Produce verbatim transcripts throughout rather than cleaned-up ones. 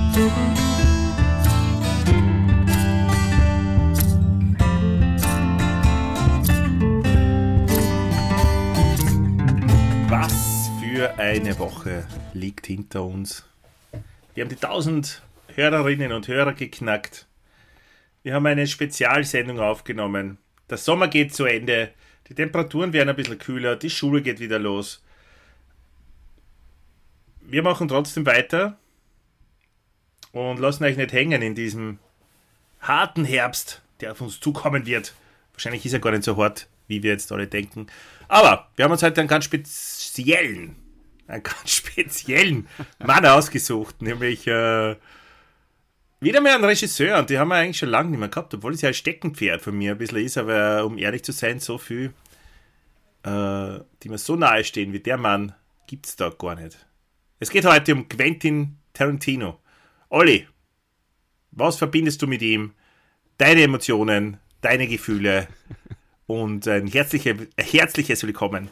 Was für eine Woche liegt hinter uns. Wir haben die tausend Hörerinnen und Hörer geknackt. Wir haben eine Spezialsendung aufgenommen. Der Sommer geht zu Ende. Die Temperaturen werden ein bisschen kühler. Die Schule geht wieder los. Wir machen trotzdem weiter und lassen euch nicht hängen in diesem harten Herbst, der auf uns zukommen wird. Wahrscheinlich ist er gar nicht so hart, wie wir jetzt alle denken. Aber wir haben uns heute einen ganz speziellen, einen ganz speziellen Mann ausgesucht, nämlich äh, wieder mal einen Regisseur. Und die haben wir eigentlich schon lange nicht mehr gehabt, obwohl es ja ein Steckenpferd von mir ein bisschen ist, aber um ehrlich zu sein, so viel, äh, die mir so nahe stehen wie der Mann, gibt es da gar nicht. Es geht heute um Quentin Tarantino. Olli, was verbindest du mit ihm? Deine Emotionen, deine Gefühle und ein, herzliche, ein herzliches Willkommen.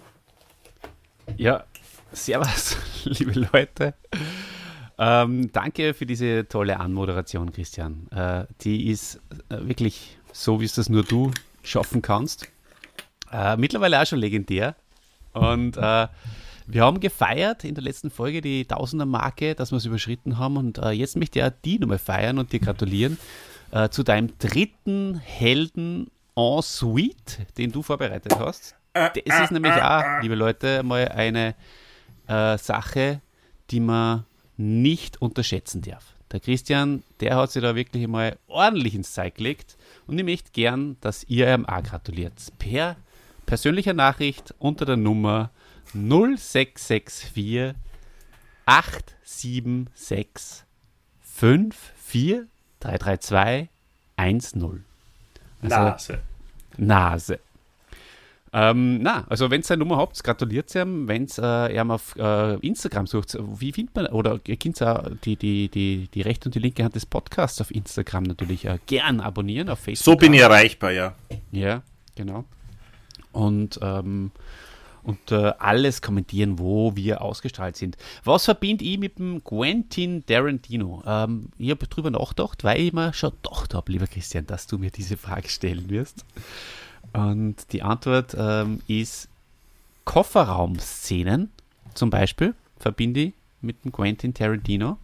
Ja, servus, liebe Leute. Ähm, danke für diese tolle Anmoderation, Christian. Äh, die ist äh, wirklich so, wie es das nur du schaffen kannst. Äh, mittlerweile auch schon legendär. Und äh, wir haben gefeiert in der letzten Folge die Tausender-Marke, dass wir es überschritten haben. Und äh, jetzt möchte ich auch die nochmal feiern und dir gratulieren äh, zu deinem dritten Helden en suite, den du vorbereitet hast. Das ist nämlich auch, liebe Leute, mal eine äh, Sache, die man nicht unterschätzen darf. Der Christian, der hat sich da wirklich mal ordentlich ins Zeug gelegt. Und ich möchte gern, dass ihr ihm auch gratuliert. Per persönlicher Nachricht unter der Nummer null sechs sechs vier acht sieben sechs fünf vier drei drei zwei eins null. Also, Nase. Nase. Ähm, na, also wenn ihr eine Nummer habt, gratuliert ihm. Wenn ihr äh, ihm auf äh, Instagram sucht, wie findet man, oder ihr könnt auch die, die, die, die rechte und die linke Hand des Podcasts auf Instagram natürlich äh, gern abonnieren, auf Facebook. So bin ich erreichbar, ja. Ja, genau. Und ähm, und äh, alles kommentieren, wo wir ausgestrahlt sind. Was verbinde ich mit dem Quentin Tarantino? Ähm, ich habe drüber nachgedacht, weil ich mir schon gedacht habe, lieber Christian, dass du mir diese Frage stellen wirst. Und die Antwort ähm, ist Kofferraumszenen, zum Beispiel, verbinde ich mit dem Quentin Tarantino.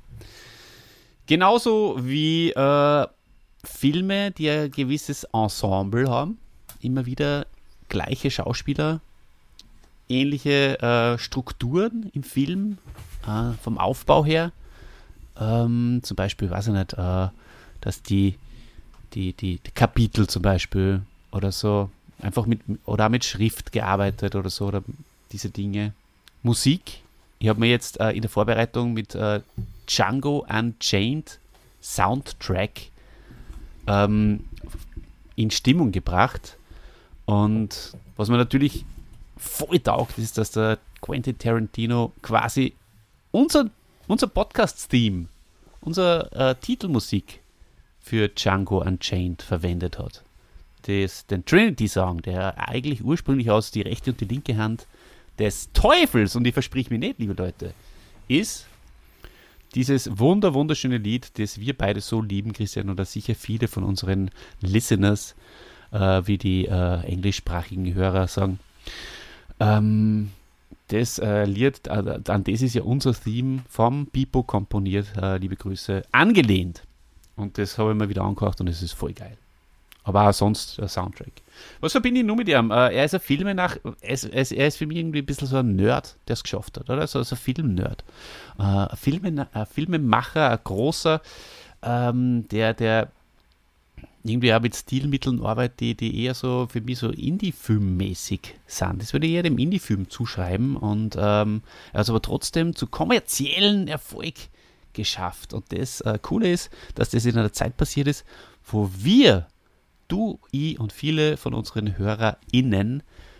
Genauso wie äh, Filme, die ein gewisses Ensemble haben, immer wieder gleiche Schauspieler, ähnliche äh, Strukturen im Film, äh, vom Aufbau her. Ähm, zum Beispiel, weiß ich nicht, äh, dass die, die, die, die Kapitel zum Beispiel oder so, einfach mit, oder auch mit Schrift gearbeitet oder so, oder diese Dinge. Musik. Ich habe mir jetzt äh, in der Vorbereitung mit äh, Django Unchained Soundtrack ähm, in Stimmung gebracht. Und was man natürlich voll taugt, ist, dass der Quentin Tarantino quasi unser, unser Podcast-Theme, unsere äh, Titelmusik für Django Unchained verwendet hat. Das, den Trinity-Song, der eigentlich ursprünglich aus die rechte und die linke Hand des Teufels, und ich versprich mir nicht, liebe Leute, ist dieses wunder, wunderschöne Lied, das wir beide so lieben, Christian, oder sicher viele von unseren Listeners, äh, wie die äh, englischsprachigen Hörer sagen. Ähm, das äh, Lied, äh, an das ist ja unser Theme vom Pipo komponiert, äh, liebe Grüße, angelehnt. Und das habe ich mir wieder angehört und es ist voll geil. Aber auch sonst der Soundtrack. Was verbinde ich nur mit ihm? Äh, er ist ein Filme nach, er ist, er, ist, er ist für mich irgendwie ein bisschen so ein Nerd, der es geschafft hat, oder? So, so ein Film-Nerd. Äh, ein, Filme, ein Filmemacher, ein großer, ähm, der, der irgendwie auch mit Stilmitteln arbeitet, die, die eher so für mich so Indie-Film-mäßig sind. Das würde ich eher dem Indie-Film zuschreiben. Und ähm, er hat aber trotzdem zu kommerziellen Erfolg geschafft. Und das äh, Coole ist, dass das in einer Zeit passiert ist, wo wir, du, ich und viele von unseren HörerInnen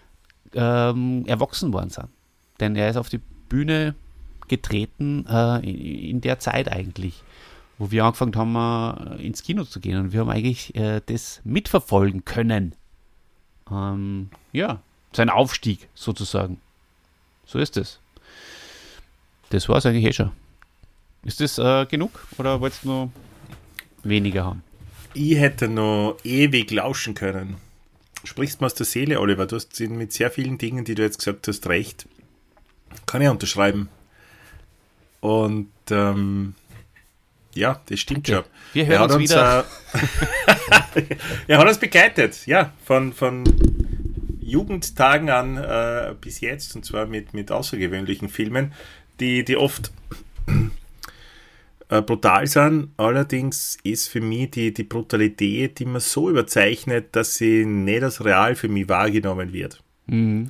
ähm, erwachsen worden sind. Denn er ist auf die Bühne getreten äh, in, in der Zeit eigentlich, wo wir angefangen haben, äh, ins Kino zu gehen. Und wir haben eigentlich äh, das mitverfolgen können. Ähm, ja, sein Aufstieg sozusagen. So ist es. Das war es eigentlich eh schon. Ist das äh, genug oder wolltest du noch weniger haben? Ich hätte noch ewig lauschen können. Sprichst mir aus der Seele, Oliver. Du hast mit sehr vielen Dingen, die du jetzt gesagt hast, recht. Kann ich unterschreiben. Und ähm, ja, das stimmt okay. schon. Wir hören uns, uns wieder. Äh, er hat uns begleitet, ja, von, von Jugendtagen an äh, bis jetzt, und zwar mit, mit außergewöhnlichen Filmen, die, die oft äh, brutal sind. Allerdings ist für mich die, die Brutalität immer so überzeichnet, dass sie nicht als real für mich wahrgenommen wird. Mhm.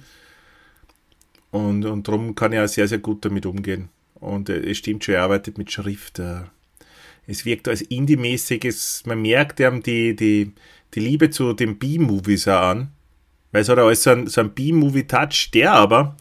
Und, und darum kann ich auch sehr, sehr gut damit umgehen. Und äh, es stimmt schon, er arbeitet mit Schrift. Äh, es wirkt als Indie-mäßiges, man merkt ihm die, die, die Liebe zu den B-Movies auch an, weil es hat alles so einen, so einen B-Movie-Touch, der aber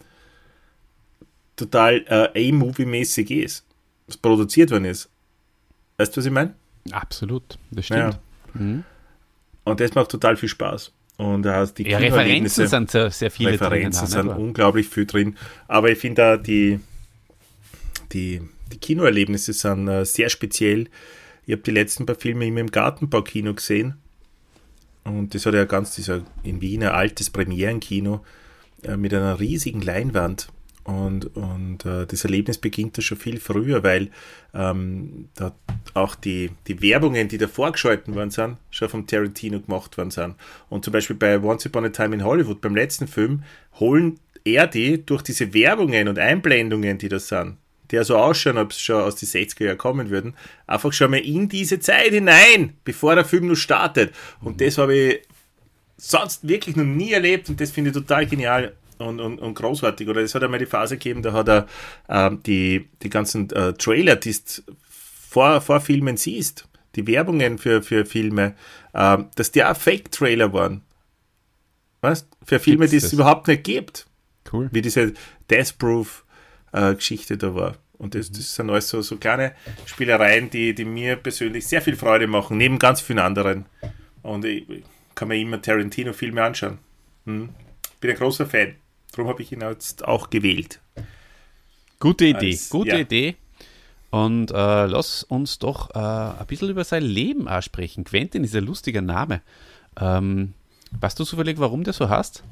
total äh, A-Movie-mäßig ist, was produziert worden ist. Weißt du, was ich meine? Absolut, das stimmt. Ja. Mhm. Und das macht total viel Spaß. Und äh, die ja, Referenzen sind sehr, sehr viele Referenzen drin, sind auch, unglaublich viel drin. Aber ich finde auch die, die, die Kinoerlebnisse sind äh, sehr speziell. Ich habe die letzten paar Filme immer im Gartenbaukino gesehen. Und das hat ja ganz dieser in Wien ein altes Premierenkino äh, mit einer riesigen Leinwand. Und, und äh, das Erlebnis beginnt da schon viel früher, weil ähm, da auch die, die Werbungen, die da vorgeschalten worden sind, schon vom Tarantino gemacht worden sind. Und zum Beispiel bei Once Upon a Time in Hollywood, beim letzten Film, holen er die durch diese Werbungen und Einblendungen, die da sind, die ja so ausschauen, ob es schon aus den sechziger Jahren kommen würden, einfach schon mal in diese Zeit hinein, bevor der Film noch startet. Und das habe ich sonst wirklich noch nie erlebt und das finde ich total genial. Und, und, und großartig. Oder es hat einmal die Phase gegeben, da hat er ähm, die, die ganzen äh, Trailer, die du vor, vor Filmen siehst, die Werbungen für, für Filme, ähm, dass die auch Fake-Trailer waren. Weißt? Für Filme, die es überhaupt nicht gibt. Cool. Wie diese Death Proof-Geschichte äh, da war. Und das, das sind alles so, so kleine Spielereien, die, die mir persönlich sehr viel Freude machen, neben ganz vielen anderen. Und ich, ich kann mir immer Tarantino-Filme anschauen. Hm. Bin ein großer Fan. Darum habe ich ihn jetzt auch gewählt. Gute Idee, Als, gute ja. Idee. Und äh, lass uns doch äh, ein bisschen über sein Leben auch sprechen. Quentin ist ein lustiger Name. Ähm, weißt du zufällig, warum der so heißt?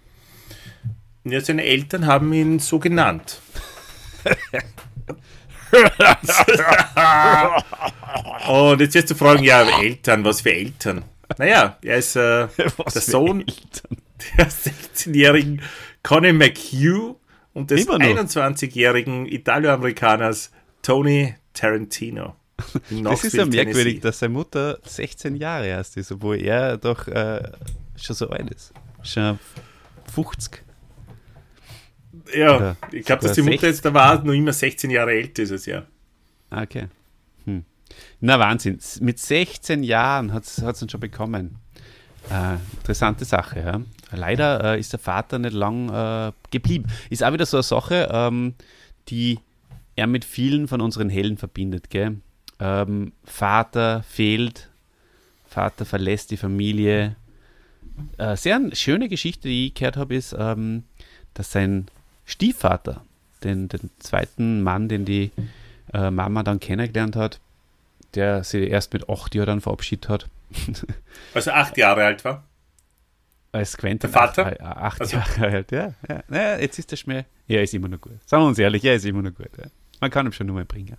Ja, seine Eltern haben ihn so genannt. Und jetzt wirst du fragen, ja, Eltern, was für Eltern? Naja, er ist äh, der Sohn Eltern? der sechzehnjährigen Connie McHugh und des einundzwanzigjährigen Italo-Amerikaners Tony Tarantino. Das ist ja merkwürdig, Tennessee. Dass seine Mutter sechzehn Jahre erst ist, obwohl er doch äh, schon so alt ist. Schon fünfzig. Ja, oder ich glaube, dass die Mutter jetzt da war, noch immer sechzehn Jahre älter ist es, ja. Okay. Hm. Na, Wahnsinn. Mit sechzehn Jahren hat es ihn schon bekommen. Äh, interessante Sache, ja. Leider äh, ist der Vater nicht lang äh, geblieben. Ist auch wieder so eine Sache, ähm, die er mit vielen von unseren Helden verbindet, gell? Ähm, Vater fehlt, Vater verlässt die Familie. Äh, sehr eine schöne Geschichte, die ich gehört habe, ist, ähm, dass sein Stiefvater, den, den zweiten Mann, den die äh, Mama dann kennengelernt hat, der sie erst mit acht Jahren dann verabschiedet hat. Also acht Jahre alt war? Als Quentin. Der Vater? Acht, acht also. Jahre alt, ja. ja. Naja, jetzt ist er Schmäh. Ja, er ist immer noch gut. Sagen wir uns ehrlich, er ist immer noch gut. Ja. Man kann ihm schon Nummer bringen.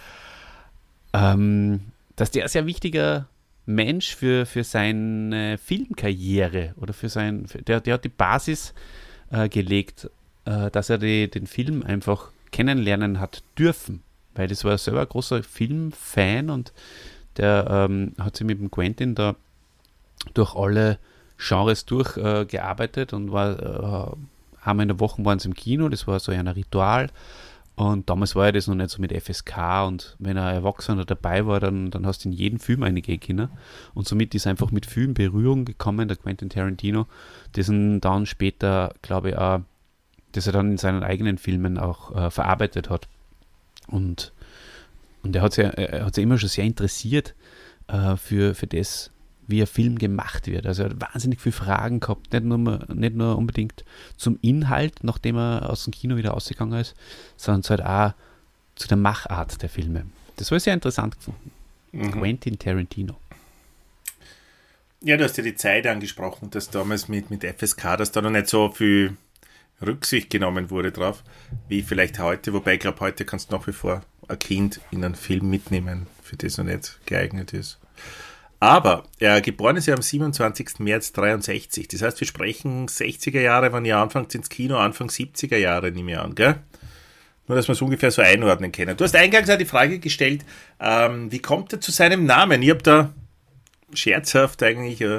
Ähm, dass der ein sehr wichtiger Mensch für, für seine Filmkarriere oder für sein, für, der, der hat die Basis äh, gelegt, äh, dass er die, den Film einfach kennenlernen hat dürfen. Weil das war selber ein großer Filmfan und der ähm, hat sich mit dem Quentin da durch alle Genres durchgearbeitet äh, und war, äh, haben in der Woche waren sie im Kino, das war so ein Ritual und damals war ja das noch nicht so mit F S K und wenn ein Erwachsener dabei war, dann, dann hast du in jeden Film reingehen können und somit ist einfach mit Film Berührung gekommen, der Quentin Tarantino, dessen dann später, glaube ich, auch, dass er dann in seinen eigenen Filmen auch äh, verarbeitet hat und, und er hat sich, er hat sich immer schon sehr interessiert äh, für, für das, wie ein Film gemacht wird. Also er hat wahnsinnig viele Fragen gehabt, nicht nur, nicht nur unbedingt zum Inhalt, nachdem er aus dem Kino wieder rausgegangen ist, sondern halt auch zu der Machart der Filme. Das war sehr interessant gefunden. Mhm. Quentin Tarantino. Ja, du hast ja die Zeit angesprochen, dass damals mit, mit F S K, dass da noch nicht so viel Rücksicht genommen wurde drauf, wie vielleicht heute. Wobei ich glaube, heute kannst du nach wie vor ein Kind in einen Film mitnehmen, für das noch nicht geeignet ist. Aber er geboren ist ja am siebenundzwanzigsten März dreiundsechzig. Das heißt, wir sprechen sechziger Jahre, wenn ihr anfangt ins Kino, Anfang siebziger Jahre, nehme ich an, gell? Nur, dass wir es ungefähr so einordnen können. Du hast eingangs auch die Frage gestellt, ähm, wie kommt er zu seinem Namen? Ich habe da scherzhaft eigentlich, äh,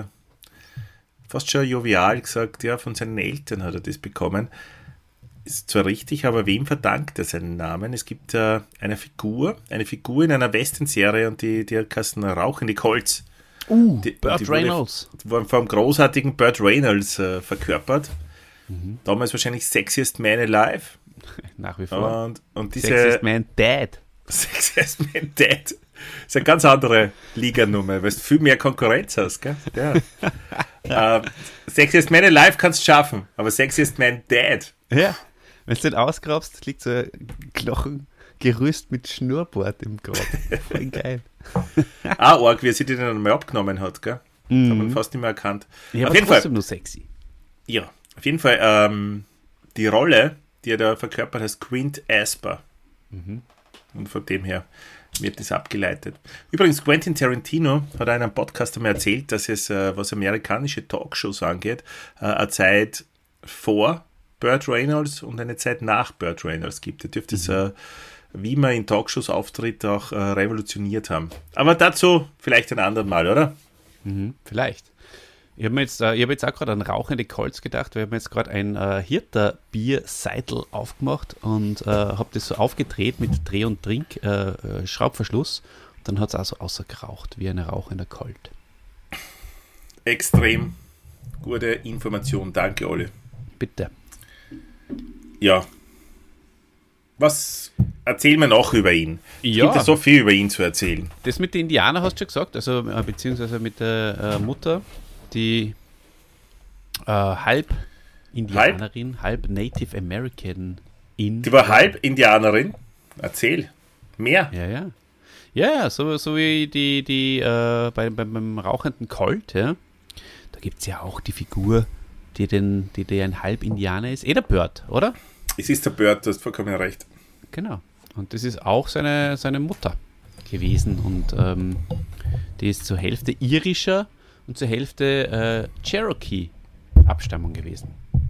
fast schon jovial gesagt, ja, von seinen Eltern hat er das bekommen. Ist zwar richtig, aber wem verdankt er seinen Namen? Es gibt äh, eine Figur, eine Figur in einer Western-Serie und die, die heißt Rauchende Colts. Uh, die, Burt die wurde, Reynolds. Die wurden vom großartigen Burt Reynolds äh, verkörpert. Mhm. Damals wahrscheinlich Sexiest Man Alive. Nach wie vor. Und, und diese Sexiest Man Dead. Sexiest Man Dead. Das ist eine ganz andere Liganummer, weil du viel mehr Konkurrenz hast, gell? Ja. äh, Sexiest Man Alive kannst du schaffen, aber Sexiest Man Dead. Ja, wenn du nicht ausgrabst, liegt so ein Knochengerüst mit Schnurrbart im Grab. Voll geil. Ah, arg, wie er sich den dann mal abgenommen hat, gell? Das Mhm. hat man fast nicht mehr erkannt. Ja, auf aber jeden Fall. trotzdem nur sexy. Ja, auf jeden Fall. Ähm, die Rolle, die er da verkörpert, heißt Quint Asper. Mhm. Und von dem her wird das abgeleitet. Übrigens, Quentin Tarantino hat in einem Podcast einmal erzählt, dass es, äh, was amerikanische Talkshows angeht, äh, eine Zeit vor Burt Reynolds und eine Zeit nach Burt Reynolds gibt. Er dürfte es, äh, wie man in Talkshows auftritt, auch äh, revolutioniert haben. Aber dazu vielleicht ein anderes Mal, oder? Mhm, vielleicht. Ich habe mir jetzt, äh, ich hab jetzt auch gerade an rauchende Colts gedacht, weil ich habe mir jetzt gerade ein äh, Hirter Bier-Seitel aufgemacht und äh, habe das so aufgedreht mit Dreh- und Trink, äh, äh, Schraubverschluss. Und dann hat es auch so außergeraucht, wie ein rauchender Colt. Extrem gute Information. Danke, Olli. Bitte. Ja. Was erzählen wir noch über ihn? Es Ja. gibt ja so viel über ihn zu erzählen. Das mit den Indianern hast du schon gesagt, also äh, beziehungsweise mit der äh, Mutter, die äh, halb Indianerin, halb? halb Native American in. Die war halb Indianerin. Erzähl. Mehr. Ja, ja. Ja, ja, so, so wie die, die äh, bei, beim, beim rauchenden Colt, ja. Da gibt es ja auch die Figur, die, den, die, die ein halb Indianer ist. Eh der Burt, oder? Es ist der Burt, du hast vollkommen recht. Genau. Und das ist auch seine, seine Mutter gewesen. Und ähm, die ist zur Hälfte irischer und zur Hälfte äh, Cherokee-Abstammung gewesen.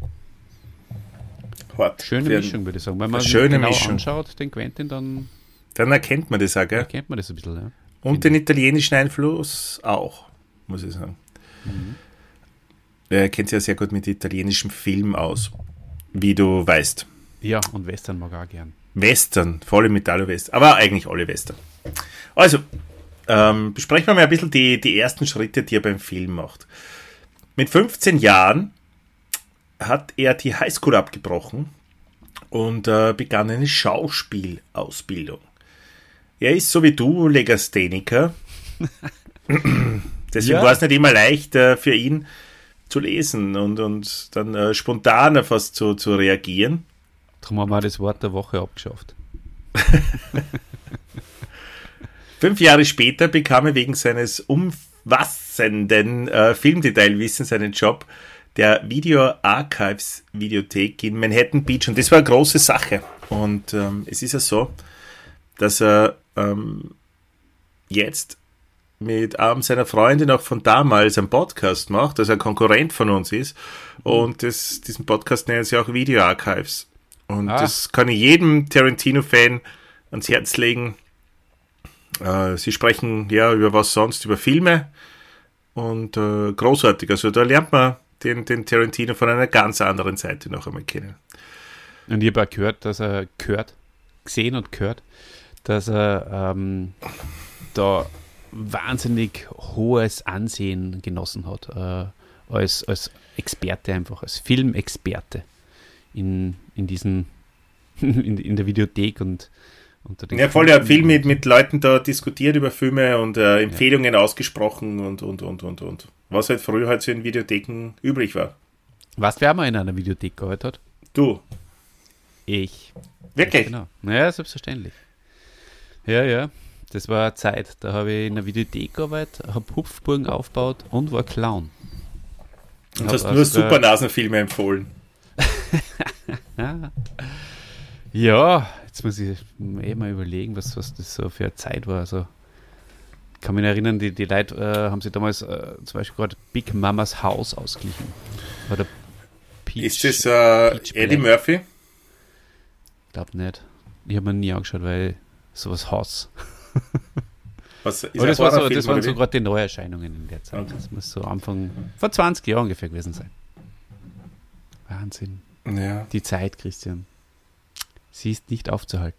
Hart. Schöne Für- Mischung, würde ich sagen. Wenn man eine sich schöne genau Mischung. anschaut, den Quentin, dann Dann erkennt man das auch, gell? erkennt man das ein bisschen. Ja. Und den italienischen Einfluss auch, muss ich sagen. Mhm. Er kennt sich ja sehr gut mit italienischem Film aus, wie du weißt. Ja, und Western mag auch gern. Western, vor allem Italo-Western, aber eigentlich alle Western. Also, ähm, besprechen wir mal ein bisschen die, die ersten Schritte, die er beim Film macht. Mit fünfzehn Jahren hat er die Highschool abgebrochen und äh, begann eine Schauspielausbildung. Er ist so wie du Legastheniker. Deswegen Ja. war es nicht immer leicht äh, für ihn zu lesen und, und dann äh, spontaner fast zu, zu reagieren. Darum haben wir auch das Wort der Woche abgeschafft. Fünf Jahre später bekam er wegen seines umfassenden äh, Filmdetailwissens einen Job der Video Archives Videothek in Manhattan Beach und das war eine große Sache. Und ähm, es ist ja so, dass er ähm, jetzt mit einem seiner Freunde noch von damals einen Podcast macht, dass er ein Konkurrent von uns ist und das, diesen Podcast nennen sie auch Video Archives. Und Ah. das kann ich jedem Tarantino-Fan ans Herz legen. Äh, sie sprechen ja über was sonst, über Filme und äh, großartig. Also da lernt man den, den Tarantino von einer ganz anderen Seite noch einmal kennen. Und ich habe auch gehört, dass er gehört, gesehen und gehört, dass er ähm, da wahnsinnig hohes Ansehen genossen hat, äh, als, als Experte einfach, als Filmexperte in, in diesen, in, in der Videothek und unter den Ja, voll, er hat viel mit, mit Leuten da diskutiert über Filme und äh, Empfehlungen ausgesprochen und, und, und, und, und. Was halt früher halt so in Videotheken üblich war. Was, wer mal in einer Videothek gearbeitet hat? Du, Ich. wirklich? Genau. Ja, selbstverständlich. Ja, ja. Das war eine Zeit. Da habe ich in der Videothek gearbeitet, habe Hupfburgen aufgebaut und war Clown. Und hast nur Supernasenfilme empfohlen. Ja, jetzt muss ich eh mal überlegen, was, was das so für eine Zeit war. Also, ich kann mich erinnern, die, die Leute äh, haben sich damals äh, zum Beispiel gerade Big Mamas Haus ausgeglichen. Oder Peach, Ist das äh, Eddie Murphy? Ich glaube nicht. Ich habe mir nie angeschaut, weil ich sowas hasse. Was, ist Aber das, war so, das waren so wie? gerade die Neuerscheinungen in der Zeit. Okay. Das muss so Anfang, vor zwanzig Jahren ungefähr gewesen sein. Wahnsinn. Ja. Die Zeit, Christian. Sie ist nicht aufzuhalten.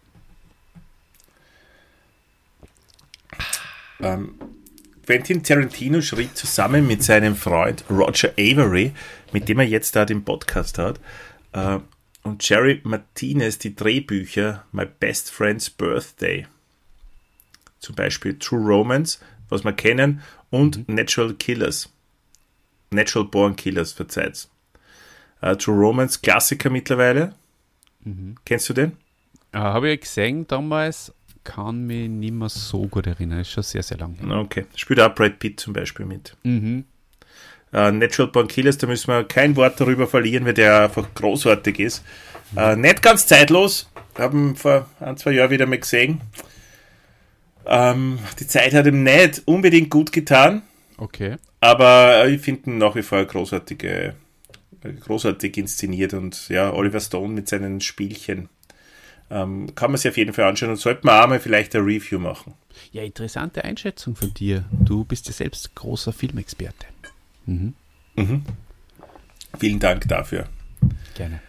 Ähm, Quentin Tarantino schrieb zusammen mit seinem Freund Roger Avery, mit dem er jetzt da den Podcast hat, äh, und Jerry Martinez die Drehbücher My Best Friend's Birthday. Zum Beispiel True Romance, was wir kennen, und mhm. Natural Killers. Natural Born Killers, verzeiht's. Uh, True Romance, Klassiker mittlerweile. Mhm. Kennst du den? Uh, Habe ich gesehen damals, kann mich nicht mehr so gut erinnern. Ist schon sehr, sehr lange her. Okay. Spielt auch Brad Pitt zum Beispiel mit. Mhm. Uh, Natural Born Killers, da müssen wir kein Wort darüber verlieren, weil der einfach großartig ist. Mhm. Uh, nicht ganz zeitlos. Haben vor ein, zwei Jahren wieder mal gesehen. Um, die Zeit hat ihm nicht unbedingt gut getan. Okay. Aber ich finde ihn nach wie vor großartige, großartig inszeniert und ja, Oliver Stone mit seinen Spielchen. Ähm, kann man sich auf jeden Fall anschauen und sollte man auch mal vielleicht eine Review machen. Ja, interessante Einschätzung von dir. Du bist ja selbst großer Filmexperte. Mhm. Mhm. Vielen Dank dafür. Gerne.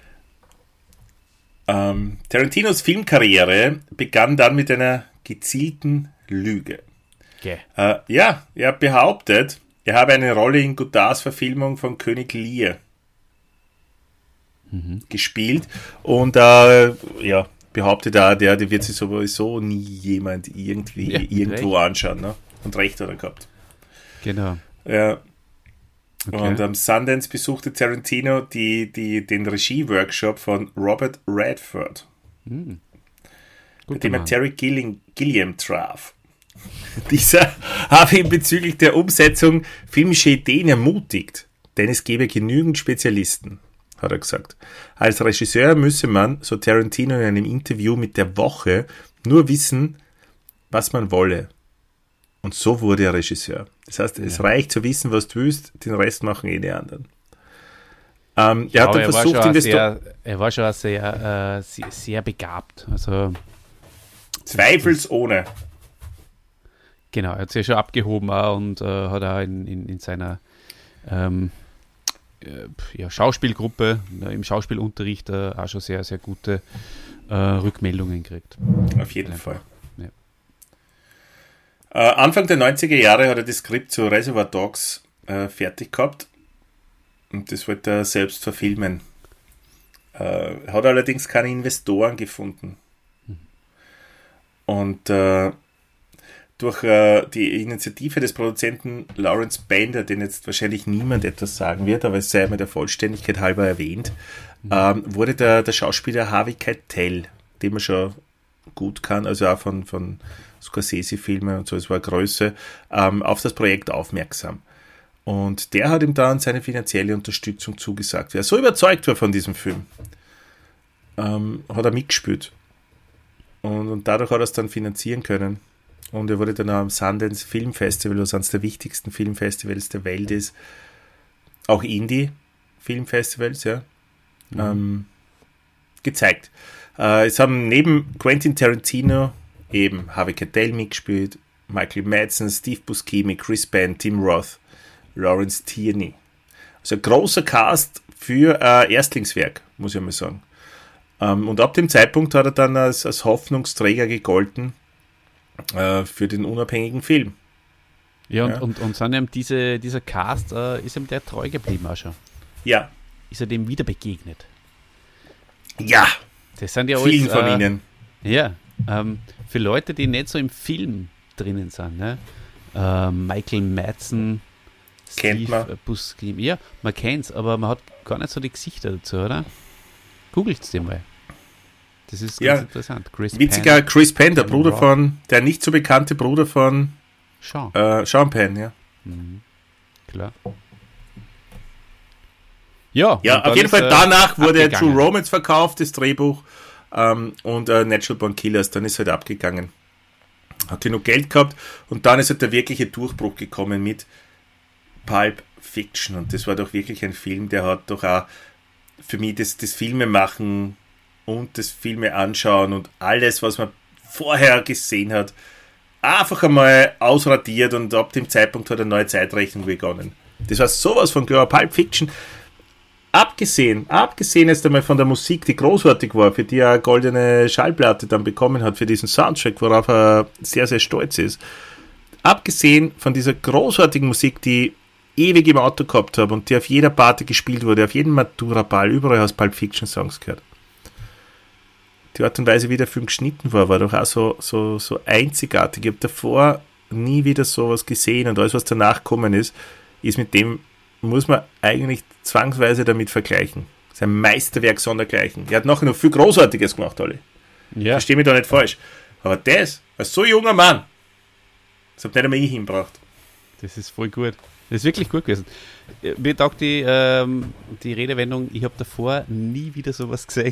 Ähm, Tarantinos Filmkarriere begann dann mit einer gezielten Lüge. Okay. Äh, ja, er behauptet, er habe eine Rolle in Godards Verfilmung von König Lear mhm. gespielt und äh, ja, behauptet auch, der, der wird sich sowieso nie jemand irgendwie ja, irgendwo recht. anschauen. Ne? Und recht hat er gehabt. Genau. Ja. Okay. Und am Sundance besuchte Tarantino die, die, den Regie-Workshop von Robert Redford, mhm. mit dem er Terry Gilliam, Gilliam traf. Dieser habe ihn bezüglich der Umsetzung filmischer Ideen ermutigt, denn es gäbe genügend Spezialisten, hat er gesagt. Als Regisseur müsse man, so Tarantino in einem Interview mit der Woche, nur wissen, was man wolle. Und so wurde er Regisseur. Das heißt, es ja. reicht zu wissen, was du willst, den Rest machen eh die anderen. Ähm, er ja, hat dann er versucht, war schon ihn sehr, er war schon sehr, äh, sehr, sehr begabt. Also zweifelsohne. Genau, er hat sich ja schon abgehoben auch und äh, hat auch in, in, in seiner ähm, äh, ja, Schauspielgruppe, äh, im Schauspielunterricht äh, auch schon sehr, sehr gute äh, Rückmeldungen gekriegt. Auf jeden Einfach. Fall. Ja. Äh, Anfang der neunziger Jahre hat er das Skript zu Reservoir Dogs äh, fertig gehabt und das wollte er selbst verfilmen. Äh, hat allerdings keine Investoren gefunden. Hm. Und äh, durch äh, die Initiative des Produzenten Lawrence Bender, den jetzt wahrscheinlich niemand etwas sagen wird, aber es sei einmal der Vollständigkeit halber erwähnt, mhm. ähm, wurde der, der Schauspieler Harvey Keitel, den man schon gut kann, also auch von, von Scorsese-Filmen und so, es war Größe, ähm, auf das Projekt aufmerksam. Und der hat ihm dann seine finanzielle Unterstützung zugesagt. Wer so überzeugt war von diesem Film, ähm, hat er mitgespielt. Und, und dadurch hat er es dann finanzieren können. Und er wurde dann am Sundance Film Festival, was eines der wichtigsten Filmfestivals der Welt ist, auch Indie-Filmfestivals, ja, mhm. ähm, gezeigt. Äh, es haben neben Quentin Tarantino eben Harvey Keitel mitgespielt, Michael Madsen, Steve Buscemi, Chris Penn, Tim Roth, Lawrence Tierney. Also ein großer Cast für ein Erstlingswerk, muss ich mal sagen. Ähm, und ab dem Zeitpunkt hat er dann als, als Hoffnungsträger gegolten für den unabhängigen Film. Ja, und, ja. und, und sind ihm diese, dieser Cast, äh, ist ihm der treu geblieben auch schon? Ja. Ist er dem wieder begegnet? Ja. Das sind ja vielen alles, von äh, ihnen. Ja, ähm, für Leute, die nicht so im Film drinnen sind, ne? äh, Michael Madsen, kennt Steve man. Buscemi, ja, man kennt es, aber man hat gar nicht so die Gesichter dazu, oder? Googelt's dir mal. Das ist ganz Ja. interessant. Chris Witziger Penn, Chris Penn, der Simon Bruder Roth. von, der nicht so bekannte Bruder von Sean. äh, Sean Penn, ja. Mhm. Klar. Ja, Ja, und dann auf jeden ist, Fall äh, danach wurde abgegangen. True Romance verkauft, das Drehbuch, ähm, und äh, Natural Born Killers, dann ist halt abgegangen. Hat genug Geld gehabt und dann ist halt der wirkliche Durchbruch gekommen mit Pulp Fiction und das war doch wirklich ein Film, der hat doch auch für mich das, das Filme machen und das Filme anschauen und alles, was man vorher gesehen hat, einfach einmal ausradiert und ab dem Zeitpunkt hat eine neue Zeitrechnung begonnen. Das war sowas von klar. Pulp Fiction, abgesehen, abgesehen jetzt einmal von der Musik, die großartig war, für die er eine goldene Schallplatte dann bekommen hat, für diesen Soundtrack, worauf er sehr, sehr stolz ist. Abgesehen von dieser großartigen Musik, die ewig im Auto gehabt habe und die auf jeder Party gespielt wurde, auf jedem Matura-Ball, überall hast Pulp Fiction Songs gehört. Die Art und Weise, wie der Film geschnitten war, war doch auch so, so, so einzigartig. Ich habe davor nie wieder sowas gesehen und alles, was danach gekommen ist, ist mit dem, muss man eigentlich zwangsweise damit vergleichen. Das ist ein Meisterwerk sondergleichen. Er hat nachher noch viel Großartiges gemacht, alle. Ja. Verstehe mich da nicht falsch. Aber das, als so junger Mann, das hat nicht einmal ich hingebracht. Das ist voll gut. Das ist wirklich gut gewesen. Mir taugt die, ähm, die Redewendung, ich habe davor nie wieder sowas gesehen.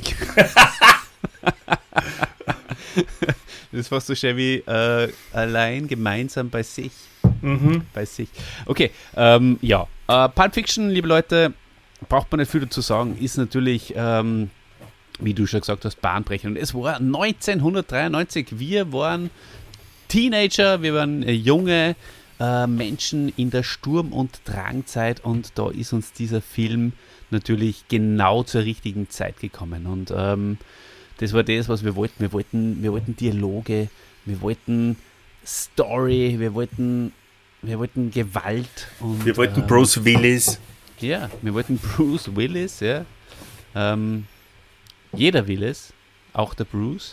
Das ist fast so schön wie äh, allein gemeinsam bei sich. Mhm. Bei sich. Okay, ähm, ja. Äh, Pulp Fiction, liebe Leute, braucht man nicht viel dazu sagen, ist natürlich, ähm, wie du schon gesagt hast, bahnbrechend. Und es war neunzehnhundertdreiundneunzig. Wir waren Teenager, wir waren äh, junge äh, Menschen in der Sturm- und Drangzeit und da ist uns dieser Film natürlich genau zur richtigen Zeit gekommen. Und ähm, das war das, was wir wollten. Wir wollten, wir wollten Dialoge, wir wollten Story, wir wollten, wir wollten Gewalt. Und, Wir wollten ähm, Bruce Willis. Ja, wir wollten Bruce Willis, ja. Ähm, jeder will es, auch der Bruce.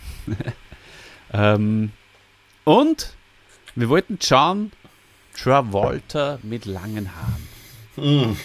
ähm, und wir wollten John Travolta mit langen Haaren. Mm.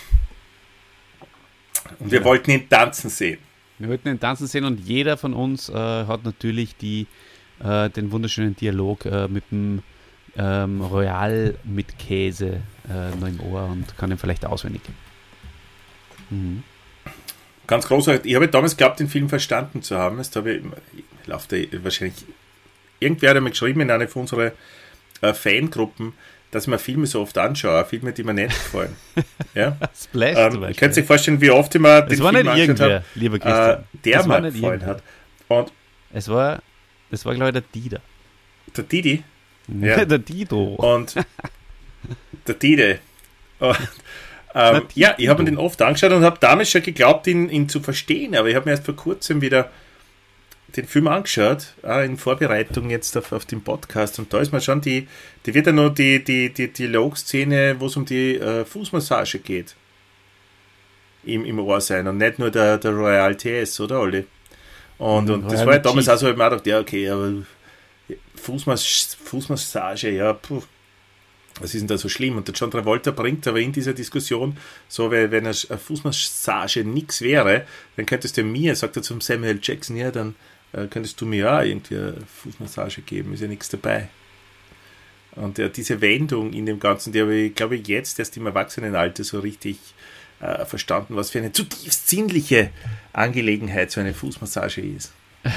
Und wir wollten ihn tanzen sehen. Wir wollten ihn tanzen sehen und jeder von uns äh, hat natürlich die, äh, den wunderschönen Dialog äh, mit dem ähm, Royal mit Käse äh, noch im Ohr und kann ihn vielleicht auswendig. Mhm. Ganz großartig. Ich habe damals geglaubt, den Film verstanden zu haben. Jetzt habe ich, ich laufe da wahrscheinlich, irgendwer hat einmal geschrieben in einer von unseren äh, Fangruppen, dass man Filme so oft anschaue, Filme, die mir nicht gefallen. Ja? Splash zum ähm, Beispiel. Ihr könnt sich vorstellen, wie oft ich mir den Es war Film nicht angeschaut irgendwer, habe, lieber Christian. äh, der Es war mir nicht gefallen irgendwer. hat. Und Es war, das war glaube ich der Dieter. der Didi Ja. Der Dido. und der Dide. Und, ähm, ja, ich habe mir den oft angeschaut und habe damals schon geglaubt, ihn, ihn zu verstehen, aber ich habe mir erst vor kurzem wieder den Film angeschaut, auch in Vorbereitung jetzt auf, auf den Podcast, und da ist mir schon die, die wird ja nur die, die, die Dialogszene, wo es um die äh, Fußmassage geht, im, im Ohr sein und nicht nur der, der Royal T S, oder Olli? Und, Mhm, und das Royal war ja damals Chief. auch so, ich mir gedacht, ja, okay, aber Fußmas Fußmassage, ja, puh, was ist denn da so schlimm? Und der John Travolta bringt aber in dieser Diskussion so, weil wenn eine Fußmassage nichts wäre, dann könntest du mir, sagt er zum Samuel Jackson, ja, dann äh, könntest du mir auch irgendwie eine Fußmassage geben, ist ja nichts dabei. Und äh, diese Wendung in dem Ganzen, die habe ich, glaube ich, jetzt erst im Erwachsenenalter so richtig äh, verstanden, was für eine zutiefst sinnliche Angelegenheit so eine Fußmassage ist.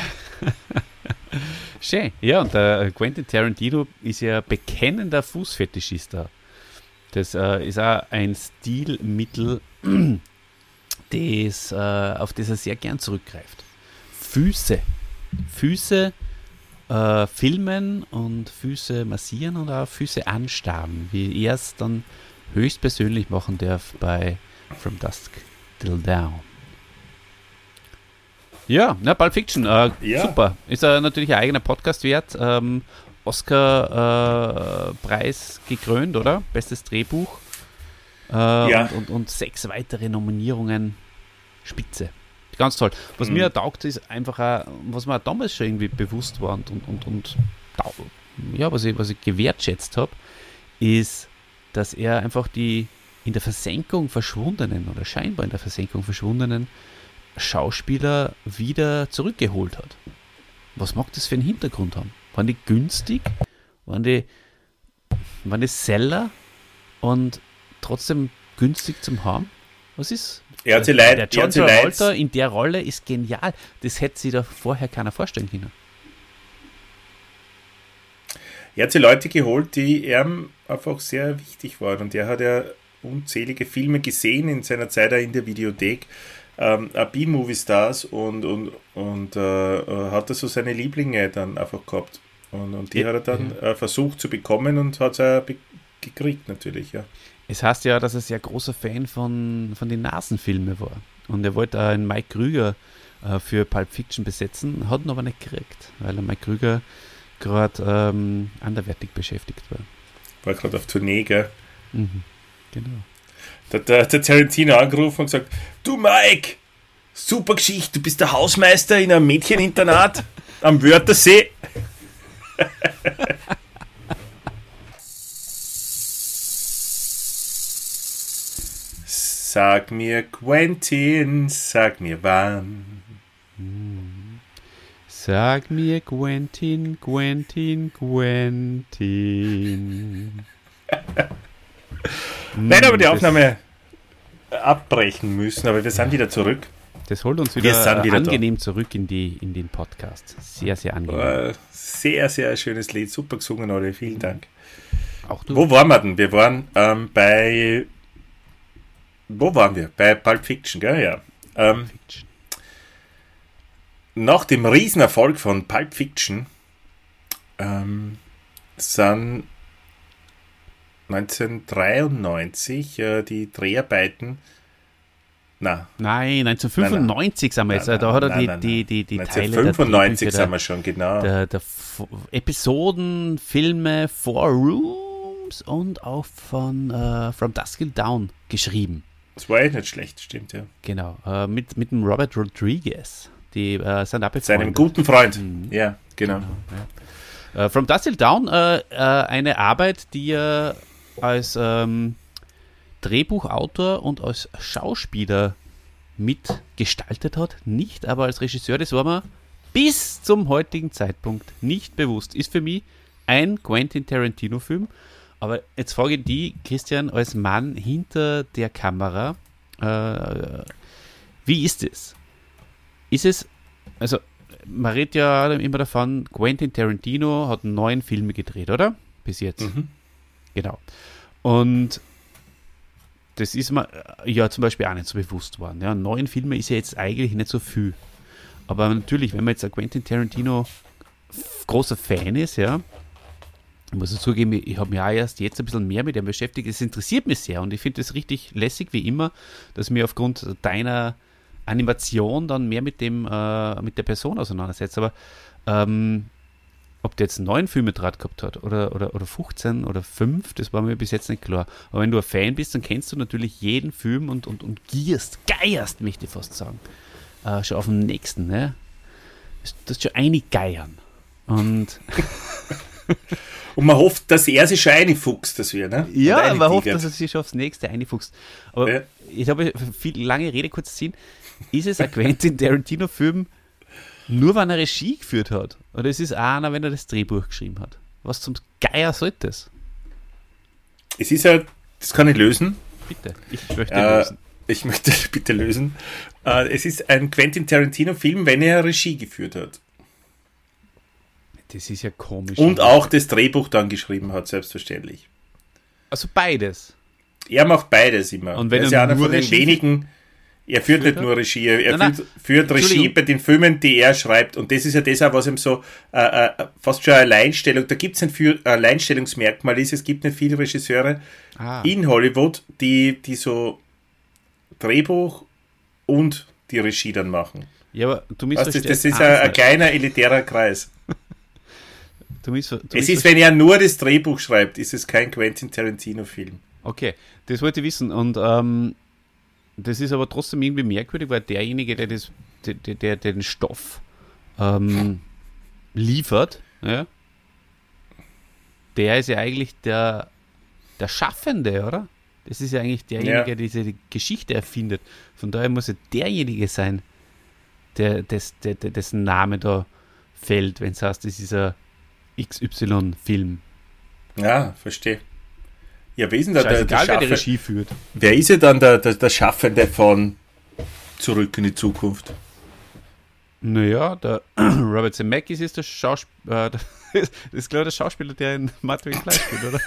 Schön. Ja, und der Quentin Tarantino ist ja bekennender Fußfetischist da. Das äh, ist auch ein Stilmittel, das, äh, auf das er sehr gern zurückgreift. Füße. Füße äh, filmen und Füße massieren und auch Füße anstarren, wie er es dann höchstpersönlich machen darf bei From Dusk Till Dawn. Ja, na, Pulp Fiction, äh, Ja. super. Ist äh, natürlich ein eigener Podcast wert. Ähm, Oscar-Preis äh, gekrönt, oder? Bestes Drehbuch. Äh, Ja. und, und, und sechs weitere Nominierungen. Spitze. Ganz toll. Was Mhm. mir taugt, ist einfach auch, was mir auch damals schon irgendwie bewusst war und, und, und, und tau- ja, was ich, was ich gewertschätzt habe, ist, dass er einfach die in der Versenkung verschwundenen oder scheinbar in der Versenkung verschwundenen Schauspieler wieder zurückgeholt hat. Was mag das für einen Hintergrund haben? Waren die günstig? Waren die, waren die Seller und trotzdem günstig zum haben? Was ist? Er hat sie leid, der John Travolta in der Rolle ist genial. Das hätte sich da vorher keiner vorstellen können. Er hat sich Leute geholt, die ihm einfach sehr wichtig waren. Und er hat ja unzählige Filme gesehen in seiner Zeit auch in der Videothek. Ähm, B-Movie-Stars und, und, und äh, hat er so seine Lieblinge dann einfach gehabt. Und, und die ja, hat er dann ja. äh, versucht zu bekommen und hat es auch be- gekriegt natürlich, ja. Es heißt ja, dass er sehr großer Fan von, von den Nasenfilmen war. Und er wollte einen Mike Krüger äh, für Pulp Fiction besetzen, hat ihn aber nicht gekriegt, weil der Mike Krüger gerade ähm, anderweitig beschäftigt war. War gerade auf Tournee, gell? Mhm, genau. Da hat der, der Tarantino angerufen und gesagt, du Mike, super Geschichte, du bist der Hausmeister in einem Mädcheninternat am Wörthersee. Sag mir Quentin, sag mir wann. Sag mir Quentin, Quentin, Quentin. Leider haben wir die Aufnahme abbrechen müssen, aber wir sind wieder zurück. Das holt uns wieder, wieder angenehm da. zurück in, die, in den Podcast. Sehr, sehr angenehm. Uh, sehr, sehr schönes Lied. Super gesungen, Olli. Vielen Dank. Auch du. Wo waren wir denn? Wir waren ähm, bei... Wo waren wir? Bei Pulp Fiction, gell? Ja. Ähm, Fiction. Nach dem Riesenerfolg von Pulp Fiction ähm, sind neunzehnhundertdreiundneunzig äh, die Dreharbeiten. Na, nein, neunzehnhundertfünfundneunzig sind wir jetzt. Nein, da hat er nein, die, nein, die, die, die neunzehnhundertfünfundneunzig Teile sind wir schon, genau. Der, der F- Episoden, Filme, Four Rooms und auch von uh, From Dusk Till Dawn geschrieben. Das war echt nicht schlecht, stimmt, ja. Genau, äh, mit, mit dem Robert Rodriguez. Die äh, sind auch befreundet. Seinem guten Freund, mhm. ja, genau. genau ja. Äh, From Dusk Till Dawn, äh, äh, eine Arbeit, die er als ähm, Drehbuchautor und als Schauspieler mitgestaltet hat, nicht aber als Regisseur. Das war mir bis zum heutigen Zeitpunkt nicht bewusst. Ist für mich ein Quentin Tarantino-Film. Aber jetzt frage ich die, Christian, als Mann hinter der Kamera, äh, wie ist es? Ist es, also man redet ja immer davon, Quentin Tarantino hat neun Filme gedreht, oder? Bis jetzt. Mhm. Genau. Und das ist mir ja zum Beispiel auch nicht so bewusst worden. Ja, neun Filme ist ja jetzt eigentlich nicht so viel. Aber natürlich, wenn man jetzt ein Quentin Tarantino großer Fan ist, ja, ich muss zugeben, ich habe mich auch erst jetzt ein bisschen mehr mit dem beschäftigt. Es interessiert mich sehr und ich finde es richtig lässig, wie immer, dass mir aufgrund deiner Animation dann mehr mit dem äh, mit der Person auseinandersetzt. Aber ähm, ob der jetzt neun Filme draht gehabt hat oder, oder, oder fünfzehn oder fünf, das war mir bis jetzt nicht klar. Aber wenn du ein Fan bist, dann kennst du natürlich jeden Film und, und, und gierst, geierst, möchte ich fast sagen. Äh, schon auf den nächsten, ne? Das ist schon eingeiern. Und Und man hofft, dass er sich schon einfuchst, das wir, ne? Ja, man hofft, dass er sich schon aufs nächste einfuchst. Aber ja. Ich habe viel lange Rede, kurz ziehen. Ist es ein Quentin Tarantino-Film, nur wenn er Regie geführt hat? Oder ist es einer, wenn er das Drehbuch geschrieben hat? Was zum Geier soll das? Es ist ja, das kann ich lösen. Bitte, ich möchte äh, lösen. Ich möchte bitte lösen. Äh, es ist ein Quentin Tarantino-Film, wenn er Regie geführt hat. Das ist ja komisch. Und auch das Drehbuch dann geschrieben hat, selbstverständlich. Also beides? Er macht beides immer. Und wenn er ist er ja einer nur von den Regie wenigen, er führt nicht nur Regie, er nein, führt, führt Regie bei den Filmen, die er schreibt. Und das ist ja das auch, was ihm so äh, äh, fast schon eine Alleinstellung, da gibt es ein für, Alleinstellungsmerkmal ist, es gibt nicht viele Regisseure ah. in Hollywood, die, die so Drehbuch und die Regie dann machen. Ja, aber du weißt, das, das ist ein, ein kleiner elitärer Kreis. Du misst, du es ist, wenn er nur das Drehbuch schreibt, ist es kein Quentin Tarantino-Film. Okay, das wollte ich wissen. Und ähm, das ist aber trotzdem irgendwie merkwürdig, weil derjenige, der, das, der, der, der den Stoff ähm, liefert, ja, der ist ja eigentlich der, der Schaffende, oder? Das ist ja eigentlich derjenige, ja. der diese Geschichte erfindet. Von daher muss er derjenige sein, der, des, der, der, dessen Name da fällt, wenn es heißt, das ist ein X Y-Film. Ja, verstehe. Ja, wer ist denn da der, der Scheißegal, wer die Schaffe- Regie führt. Wer ist ja dann der, der, der Schaffende von Zurück in die Zukunft? Naja, der Robert Zemeckis ist der Schauspieler, äh, der, das ist glaube ich der Schauspieler, der in Marty McFly spielt, oder?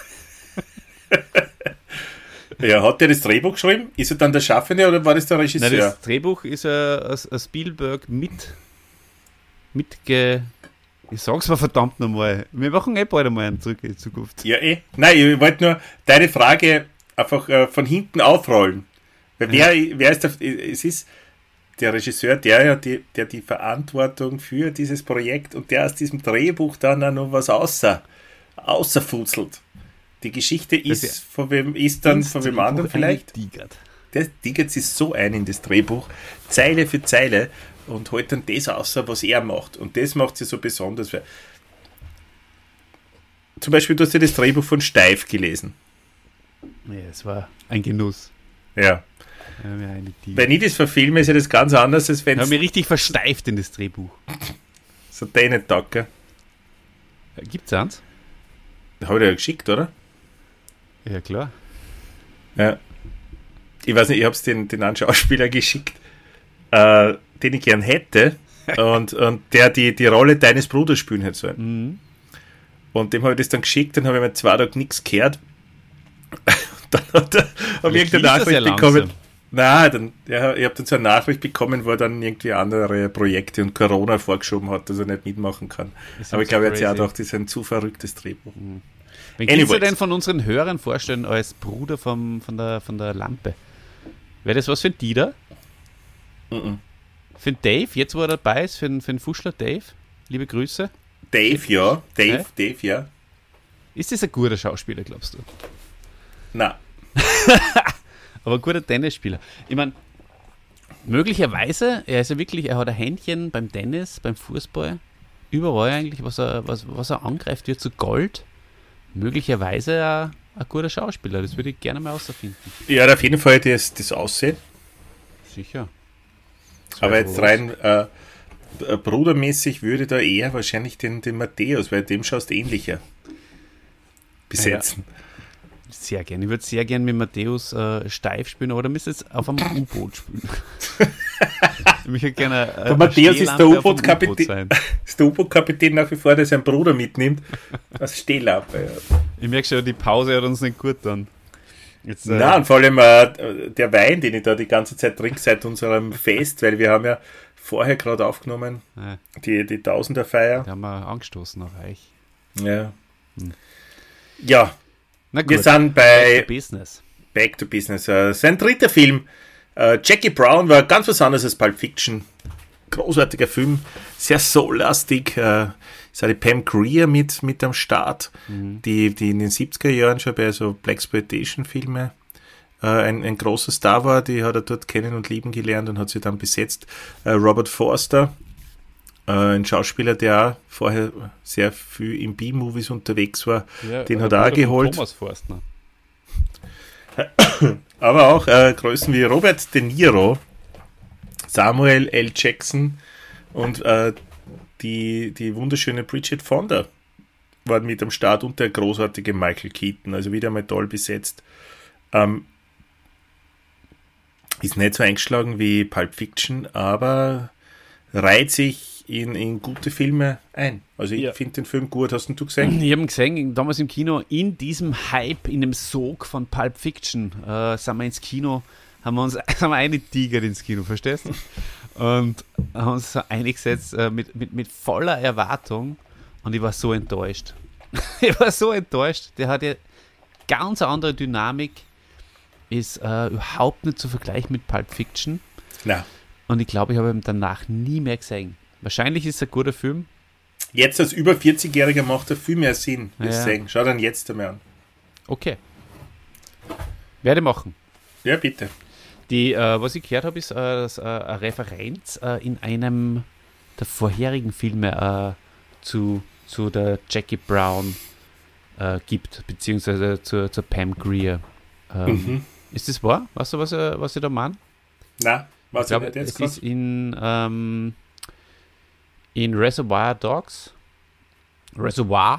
Ja, hat der das Drehbuch geschrieben? Ist er dann der Schaffende oder war das der Regisseur? Nein, das Drehbuch ist ein, ein Spielberg mit mitge... Ich sag's mal verdammt nochmal. Wir machen eh bald einmal einen Zurück in die Zukunft. Ja, eh. Nein, ich wollte nur deine Frage einfach äh, von hinten aufrollen. Weil wer, Ja. wer ist der, es ist der Regisseur, der ja die, der die Verantwortung für dieses Projekt und der aus diesem Drehbuch dann auch noch was außer, außerfutzelt. Die Geschichte ist, Das ist von wem ist dann von wem anderen vielleicht. Tigert. Der tigert sich so ein in das Drehbuch, Zeile für Zeile, und holt dann das aus, was er macht. Und das macht sie so besonders. Weil zum Beispiel, du hast ja das Drehbuch von Steif gelesen. Ja, es war ein Genuss. Ja. Ja, mir eine Tigert. Wenn ich das verfilme, ist ja das ganz anders, als wenn Ich habe es mich richtig versteift in das Drehbuch. so denen taugt. Gibt's eins? Habe ich ja geschickt, oder? Ja, klar. Ja. Ich weiß nicht, ich habe es den, den einen Schauspieler geschickt, äh, den ich gern hätte und, und der die, die Rolle deines Bruders spielen hätte sollen. Mhm. Und dem habe ich das dann geschickt, dann habe ich mir zwei Tage nichts gehört. Dann hat er hab ich Vielleicht irgendeine liest er sehr Nachricht bekommen. langsam. Nein, dann, ja, ich habe dann so eine Nachricht bekommen, wo er dann irgendwie andere Projekte und Corona vorgeschoben hat, dass er nicht mitmachen kann. Ist Aber ich so glaube, er hat sich auch crazy. gedacht, das ist ein zu verrücktes Drehbuch. Wen kannst du Anyways. denn von unseren Hörern vorstellen als Bruder vom, von, der, von der Lampe? Wäre das was für ein Dieter? Mhm. Für den Dave, jetzt wo er dabei ist, für den, für den Fuschler Dave? Liebe Grüße. Dave, ja. Dave, Ja. Dave, ja. Ist das ein guter Schauspieler, glaubst du? Na, Aber ein guter Tennisspieler. Ich meine, möglicherweise, er ist ja wirklich, er hat ein Händchen beim Tennis, beim Fußball, überall eigentlich, was er, was, was er angreift, wird zu Gold. Möglicherweise ein, ein guter Schauspieler, das würde ich gerne mal herausfinden. ja, auf jeden Fall das, das Aussehen. Sicher. Das Aber wär jetzt wohl rein äh, äh, brudermäßig würde da eher wahrscheinlich den, den Matthäus, weil dem schaust ähnlicher besetzen. was. Sehr gern. Ich würde sehr gern mit Matthäus äh, Steif spielen, aber da müsste jetzt auf einem U-Boot spielen. ich möchte gerne. Äh, Der Matthäus ist der Stehlampe auf einem U-Boot-Kapitän. U-Boot sein. Ist der U-Boot-Kapitän nach wie vor, der seinen Bruder mitnimmt, als Stehlampe. Ja. Ich merke schon, die Pause hat uns nicht gut dann. Jetzt, äh, Nein, und vor allem äh, der Wein, den ich da die ganze Zeit trinke seit unserem Fest, weil wir haben ja vorher gerade aufgenommen, äh, die, die Tausenderfeier. da haben wir angestoßen auf euch. Ja. Hm. Ja, Na gut, wir sind Back bei to Business. Back to Business. Äh, sein dritter Film. Äh, Jackie Brown war ganz was anderes als Pulp Fiction. Großartiger Film. Sehr soul-lastig. Äh, ist auch die Pam Grier mit, mit am Start, Mhm. die, die in den siebziger Jahren schon bei so Blaxploitation-Filmen äh, ein, ein großer Star war. Die hat er dort kennen und lieben gelernt und hat sie dann besetzt. Äh, Robert Forster, äh, ein Schauspieler, der auch vorher sehr viel in B-Movies unterwegs war. Ja, Den äh, hat er auch Bruder von geholt. Thomas Forstner. Aber auch äh, Größen wie Robert De Niro, Samuel L. Jackson und äh, die, die wunderschöne Bridget Fonda waren mit am Start und der großartige Michael Keaton, also wieder mal toll besetzt. Ähm, ist nicht so eingeschlagen wie Pulp Fiction, aber reiht sich in, in gute Filme ein. Also ich Ja. finde den Film gut. Hast du gesehen? Ich habe ihn gesehen, damals im Kino, in diesem Hype, in dem Sog von Pulp Fiction, äh, sind wir ins Kino, haben wir uns haben wir eine Tiger ins Kino, verstehst du? Und haben uns so eingesetzt äh, mit, mit, mit voller Erwartung und ich war so enttäuscht. ich war so enttäuscht. Der hat ja ganz eine andere Dynamik, ist äh, überhaupt nicht zu vergleichen mit Pulp Fiction Na, und ich glaube, ich habe ihn danach nie mehr gesehen. Wahrscheinlich ist es ein guter Film. jetzt als über vierzig-Jähriger macht er viel mehr Sinn. Ja. Deswegen. Schau dann jetzt einmal an. Okay. Werde machen. Ja, bitte. Die, äh, was ich gehört habe, ist äh, dass, äh, eine Referenz äh, in einem der vorherigen Filme äh, zu, zu der Jackie Brown äh, gibt, beziehungsweise zur, zur Pam Grier. Ähm, Mhm. Ist das wahr? Weißt du, was, äh, was ich da meine? Na, Was Ich glaube, es ist in, ähm, in Reservoir Dogs. Reservoir.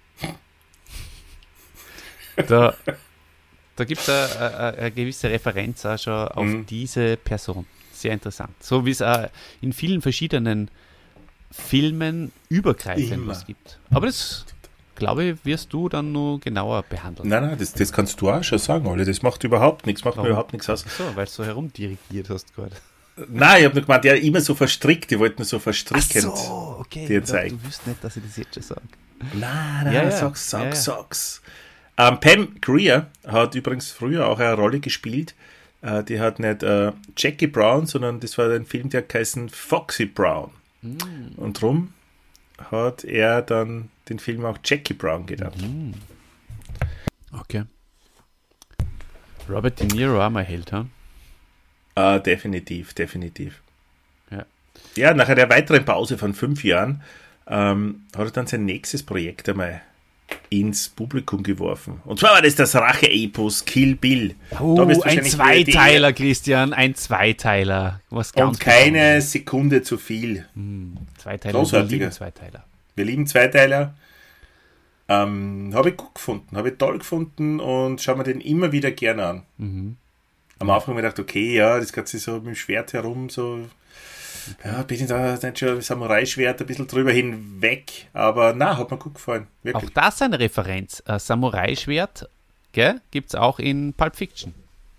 Da, da gibt es eine, eine gewisse Referenz auch schon auf Mhm. diese Person. Sehr interessant. So wie es auch in vielen verschiedenen Filmen übergreifend Immer. was gibt. Aber das, glaube ich, wirst du dann nur genauer behandeln. Nein, nein, das, das kannst du auch schon sagen, Olli. Das macht überhaupt nichts, macht Warum? mir überhaupt nichts aus. So, weil du so herumdirigiert hast gerade. Nein, ich habe nur gemeint, ja, immer so verstrickt. Die wollten so verstrickend. okay. dir Ich dachte, zeigen. du wüsst nicht, dass ich das jetzt schon sage. Nein, nein, Ja, ja. sag's, sag's, Ja, ja. sag's. Ähm, Pam Grier hat übrigens früher auch eine Rolle gespielt. Äh, die hat nicht äh, Jackie Brown, sondern das war ein Film, der geheißen Foxy Brown. Mm. Und drum hat er dann den Film auch Jackie Brown genannt. Okay. Robert De Niro auch mal Held, ha? Äh, definitiv, definitiv. Ja. Ja, nach einer weiteren Pause von fünf Jahren ähm, hat er dann sein nächstes Projekt einmal ins Publikum geworfen. Und zwar war das das Rache-Epos Kill Bill. Oh, Da wirst du ein wahrscheinlich wieder die- Zweiteiler, Christian, ein Zweiteiler. Was ganz Und keine Besonderes. Sekunde zu viel. Hm, Zweiteiler, wir Großartiger. lieben Zweiteiler. Wir lieben Zweiteiler. Ähm, habe ich gut gefunden, habe ich toll gefunden und schauen wir den immer wieder gerne an. Mhm. Am Anfang habe ich gedacht, okay, ja, das geht sich so mit dem Schwert herum, so, ja, ein bisschen da, nicht schon Samurai-Schwert, ein bisschen drüber hinweg, aber na, hat mir gut gefallen, Auch wirklich. das eine Referenz. Ein Samurai-Schwert gibt es auch in Pulp Fiction.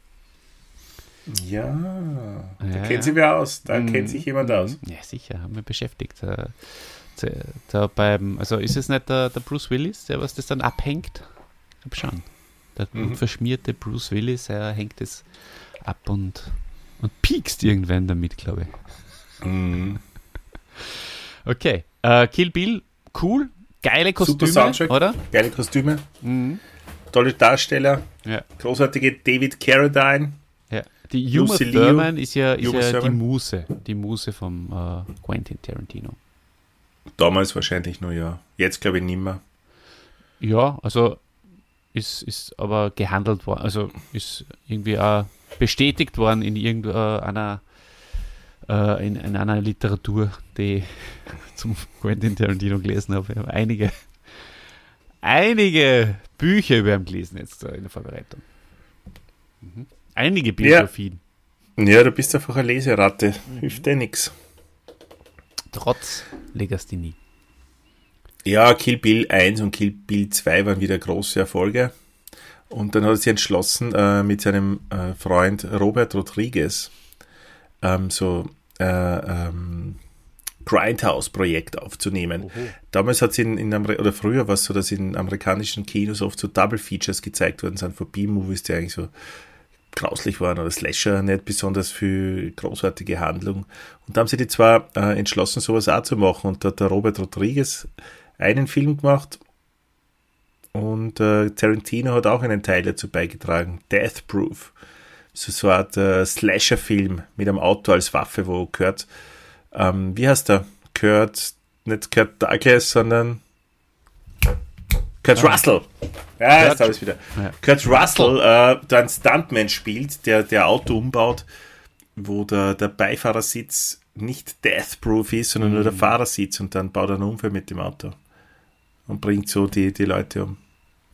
Ja, da Ja, kennt ja. sich wer aus, da Mhm. kennt sich jemand aus. Ja, sicher, haben wir beschäftigt. Da, da, da beim, also ist es nicht der, der Bruce Willis, der was das dann abhängt? Ich glaube schon. Der Mhm. gut verschmierte Bruce Willis, er hängt es ab und, und piekst irgendwann damit, glaube ich. Mhm. Okay, äh, Kill Bill, cool, geile Kostüme, Soundtrack. oder? Geile Kostüme, Mhm. tolle Darsteller, Ja. großartige David Carradine. Ja. Die Uma Lucy Liu. Thurman ist ja, ist Uma ja die Thurman. Muse, die Muse vom äh, Quentin Tarantino. Damals wahrscheinlich nur, ja. Jetzt glaube ich nicht mehr. Ja, also ist, ist aber gehandelt worden, also ist irgendwie auch bestätigt worden in irgendeiner äh, in, in einer Literatur, die ich zum Quentin Tarantino gelesen habe. Ich habe einige, einige Bücher über ihn gelesen jetzt äh, in der Vorbereitung. Mhm. Einige Biografien. Ja, du bist einfach eine Leseratte. Hilft dir nichts. Trotz Legasthenie. Ja, Kill Bill eins und Kill Bill zwei waren wieder große Erfolge. Und dann hat er sich entschlossen, äh, mit seinem äh, Freund Robert Rodriguez ähm, so äh, ähm, Grindhouse-Projekt aufzunehmen. Damals hat es in, in Amer- oder früher war es so, dass in amerikanischen Kinos oft so Double Features gezeigt worden sind von B-Movies, die eigentlich so grauslich waren oder Slasher, nicht besonders viel großartige Handlung. Und da haben sie die zwar äh, entschlossen, sowas auch zu machen. Und da hat der Robert Rodriguez einen Film gemacht und äh, Tarantino hat auch einen Teil dazu beigetragen, Death Proof. So, so eine Art äh, Slasher-Film mit einem Auto als Waffe, wo Kurt, ähm, wie heißt der? Kurt, nicht Kurt Douglas, sondern Kurt Ah. Russell. Ja, Kurt- jetzt habe ich es wieder. Ja. Kurt Russell, äh, der einen Stuntman spielt, der der Auto umbaut, wo der, der Beifahrersitz nicht death-proof ist, sondern nur der Fahrersitz und dann baut er einen Unfall mit dem Auto und bringt so die, die Leute um.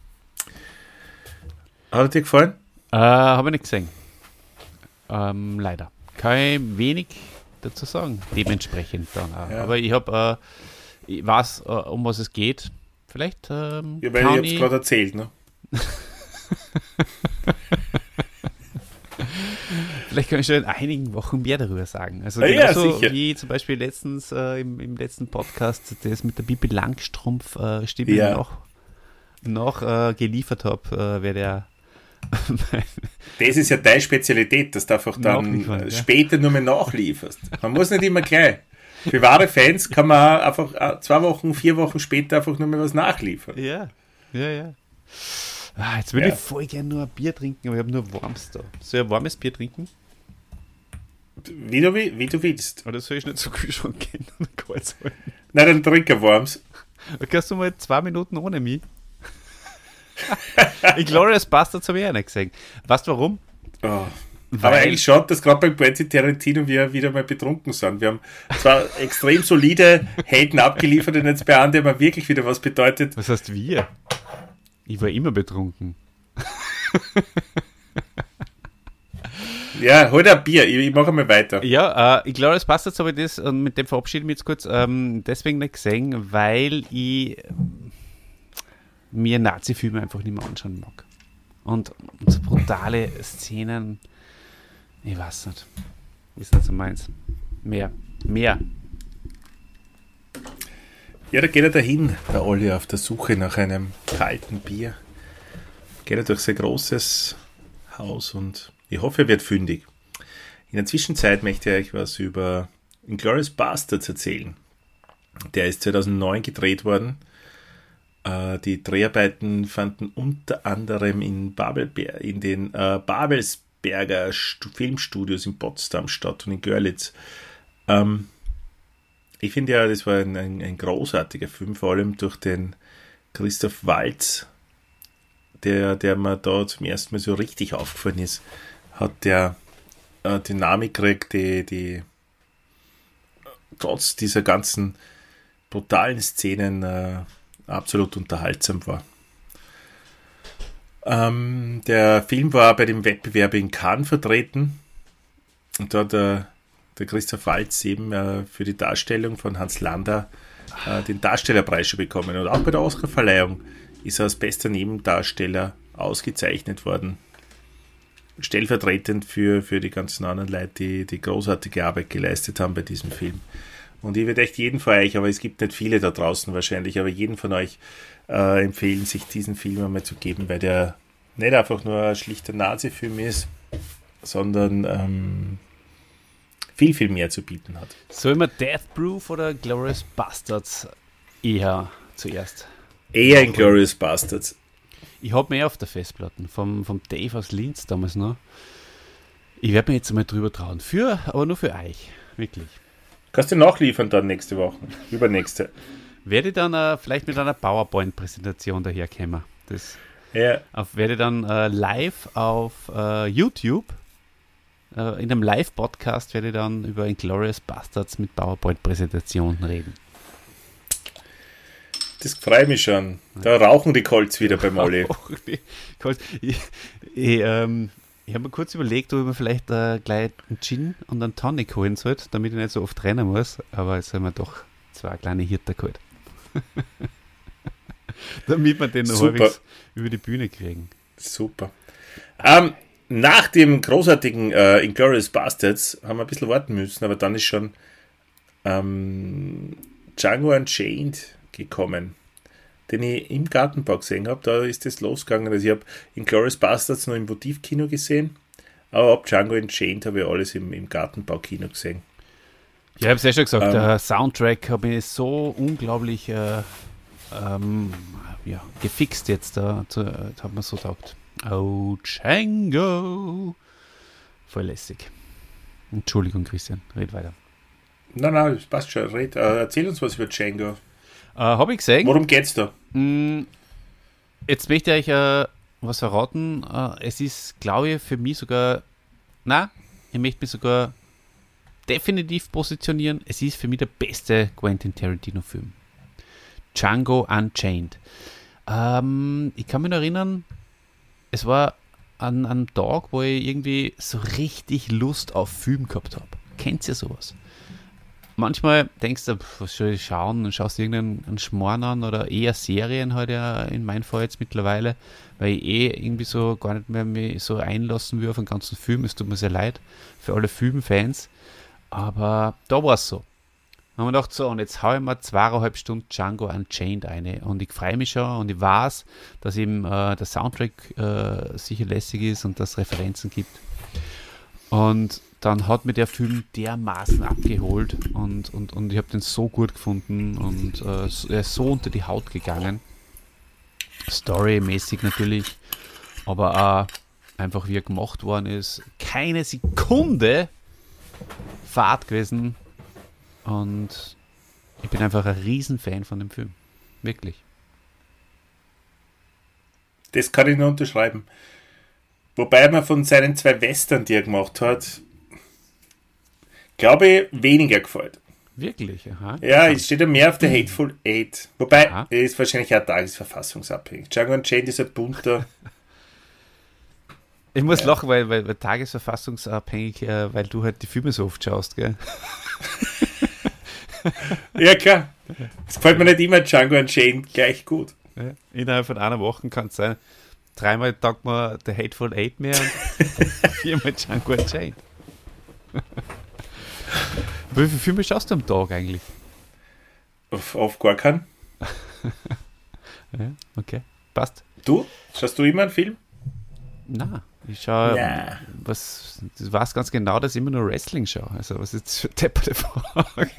Hat er dir gefallen? Äh, habe ich nicht gesehen. Ähm, leider. Kann ich wenig dazu sagen, dementsprechend dann auch. Ja. Aber ich habe, äh, ich weiß, äh, um was es geht. Vielleicht ähm, Ja, weil ich kann habe es ich, gerade erzählt, ne? vielleicht kann ich schon in einigen Wochen mehr darüber sagen. Also Ja, ja, genauso sicher. wie zum Beispiel letztens äh, im, im letzten Podcast, das mit der Bibi Langstrumpf äh, Stimme Ja. noch, noch äh, geliefert habe, äh, wer der Das ist ja deine Spezialität, dass du einfach dann Nachliefern, äh, ja. später nur mehr nachlieferst. Man muss nicht immer gleich. Für wahre Fans kann man auch einfach äh, zwei Wochen, vier Wochen später einfach nur mehr was nachliefern. Ja, ja, ja. Ah, jetzt würde Ja. ich voll gerne nur ein Bier trinken, aber ich habe nur warmes da. Soll ich ein warmes Bier trinken? Wie du, wie, wie du willst. Oder soll ich nicht so Kühlschrank gehen und kalt halten? Na, dann trink ein warmes. Kannst du mal zwei Minuten ohne mich? Inglourious Basterds habe ich auch nicht gesehen. Weißt du warum? Oh, Aber eigentlich schaut das gerade bei Quentin Tarantino, wie wir wieder mal betrunken sind. Wir haben zwar extrem solide Helden abgeliefert und jetzt bei anderen haben wir wirklich wieder was bedeutet. Was heißt wir? Ich war immer betrunken. Ja, hol dir ein Bier, ich, ich mache mal weiter. Ja, äh, ich glaube, das passt jetzt, aber das, und mit dem verabschiede ich mich jetzt kurz, ähm, deswegen nicht gesehen, weil ich mir Nazi-Filme einfach nicht mehr anschauen mag. Und, und so brutale Szenen, ich weiß nicht, ist nicht so meins. Mehr, mehr. Ja, da geht er dahin, der Olli, auf der Suche nach einem kalten Bier. Geht er durch sein großes Haus und ich hoffe, er wird fündig. In der Zwischenzeit möchte ich euch was über Inglourious Basterds erzählen. Der ist zweitausendneun gedreht worden. Die Dreharbeiten fanden unter anderem in, Babelber- in den äh, Babelsberger Stu- Filmstudios in Potsdam statt und in Görlitz. Ähm, ich finde ja, das war ein, ein, ein großartiger Film, vor allem durch den Christoph Waltz, der, der mir da zum ersten Mal so richtig aufgefallen ist, hat der äh, Dynamik gekriegt, die, die trotz dieser ganzen brutalen Szenen äh, absolut unterhaltsam war. Ähm, der Film war bei dem Wettbewerb in Cannes vertreten und da hat der, der Christoph Waltz eben äh, für die Darstellung von Hans Landa äh, den Darstellerpreis schon bekommen. Und auch bei der Oscarverleihung ist er als bester Nebendarsteller ausgezeichnet worden. Stellvertretend für, für die ganzen anderen Leute, die, die großartige Arbeit geleistet haben bei diesem Film. Und ich würde echt jeden von euch, aber es gibt nicht viele da draußen wahrscheinlich, aber jeden von euch äh, empfehlen, sich diesen Film einmal zu geben, weil der nicht einfach nur ein schlichter Nazi-Film ist, sondern ähm, viel, viel mehr zu bieten hat. Soll man Death Proof oder Glorious Bastards eher zuerst? Eher Inglourious Basterds. Ich habe mehr auf der Festplatte, vom, vom Dave aus Linz damals noch. Ich werde mir jetzt einmal drüber trauen. Für, aber nur für euch, wirklich. Kannst du nachliefern dann nächste Woche, übernächste. Werde ich dann äh, vielleicht mit einer PowerPoint-Präsentation daherkommen. Das Ja. auf, werde ich dann äh, live auf äh, YouTube, äh, in einem Live-Podcast werde ich dann über Inglourious Basterds mit PowerPoint-Präsentationen reden. Das freut mich schon. Da rauchen die Colts wieder bei Molly. Ich, ich, ähm, ich habe mir kurz überlegt, ob ich mir vielleicht äh, gleich einen Gin und einen Tonic holen sollte, damit ich nicht so oft rennen muss. Aber jetzt haben wir doch zwei kleine Hirte geholt. Damit wir den noch halbwegs über die Bühne kriegen. Super. Ähm, nach dem großartigen äh, Inglourious Basterds haben wir ein bisschen warten müssen, aber dann ist schon ähm, Django Unchained gekommen, den ich im Gartenbau gesehen habe. Da ist es losgegangen. Also ich habe Inglourious Basterds noch im Votivkino gesehen, aber ab Django Unchained habe ich alles im, im Gartenbaukino gesehen. Ja, ich habe es ja schon gesagt, ähm, der Soundtrack habe ich so unglaublich äh, ähm, ja, gefixt jetzt. Da, zu, äh, hat man so gesagt. Oh, Django. Voll lässig. Entschuldigung, Christian, red weiter. Nein, nein, das passt schon. Red, äh, erzähl uns was über Django. Äh, habe ich gesehen. Worum geht's da? Mm, Jetzt möchte ich euch äh, was verraten. Äh, es ist, glaube ich, für mich sogar, na, ich möchte mich sogar definitiv positionieren. Es ist für mich der beste Quentin Tarantino-Film. Django Unchained. Ähm, ich kann mich noch erinnern, es war an einem Tag, wo ich irgendwie so richtig Lust auf Film gehabt habe. Kennt ihr sowas? Manchmal denkst du, pf, was soll ich schauen? Dann schaust du irgendeinen Schmarrn an oder eher Serien halt ja in meinem Fall jetzt mittlerweile, weil ich eh irgendwie so gar nicht mehr mich so einlassen will auf den ganzen Film. Es tut mir sehr leid für alle Filmfans, aber da war es so. Dann haben wir gedacht, so, und jetzt haue ich mal zweieinhalb Stunden Django Unchained eine und ich freue mich schon und ich weiß, dass eben äh, der Soundtrack äh, sicher lässig ist und dass es Referenzen gibt. Und dann hat mir der Film dermaßen abgeholt und, und, und ich habe den so gut gefunden und äh, er ist so unter die Haut gegangen. Storymäßig natürlich, aber auch einfach wie er gemacht worden ist. Keine Sekunde Fahrt gewesen und ich bin einfach ein Riesenfan von dem Film. Wirklich. Das kann ich nur unterschreiben. wobei man von seinen zwei Western, die er gemacht hat, glaube ich, weniger gefällt. Wirklich? Aha. Ja, es steht ja mehr auf der Hateful Eight. Wobei, Aha. er ist wahrscheinlich auch tagesverfassungsabhängig. Django Unchained ist ein bunter. Ich muss Ja. lachen, weil, weil, weil tagesverfassungsabhängig, äh, weil du halt die Filme so oft schaust, gell? Ja, klar. Es gefällt mir nicht immer Django Unchained gleich gut. Ja. Innerhalb von einer Woche kann es sein, dreimal taugt man The Hateful Eight mehr und viermal Django Unchained. Wie viele Filme schaust du am Tag eigentlich? Auf, auf gar keinen. Ja, okay, passt. Du? Schaust du immer einen Film? Na, ich schaue, Ja. was, du weißt ganz genau, dass ich immer nur Wrestling schaue. Also, was ist das für eine depperte Frage?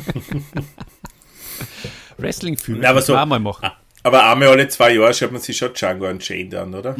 Wrestling-Filme Na, aber müssen so- wir auch mal machen. Aber einmal alle zwei Jahre schaut man sich schon Django Unchained an, oder?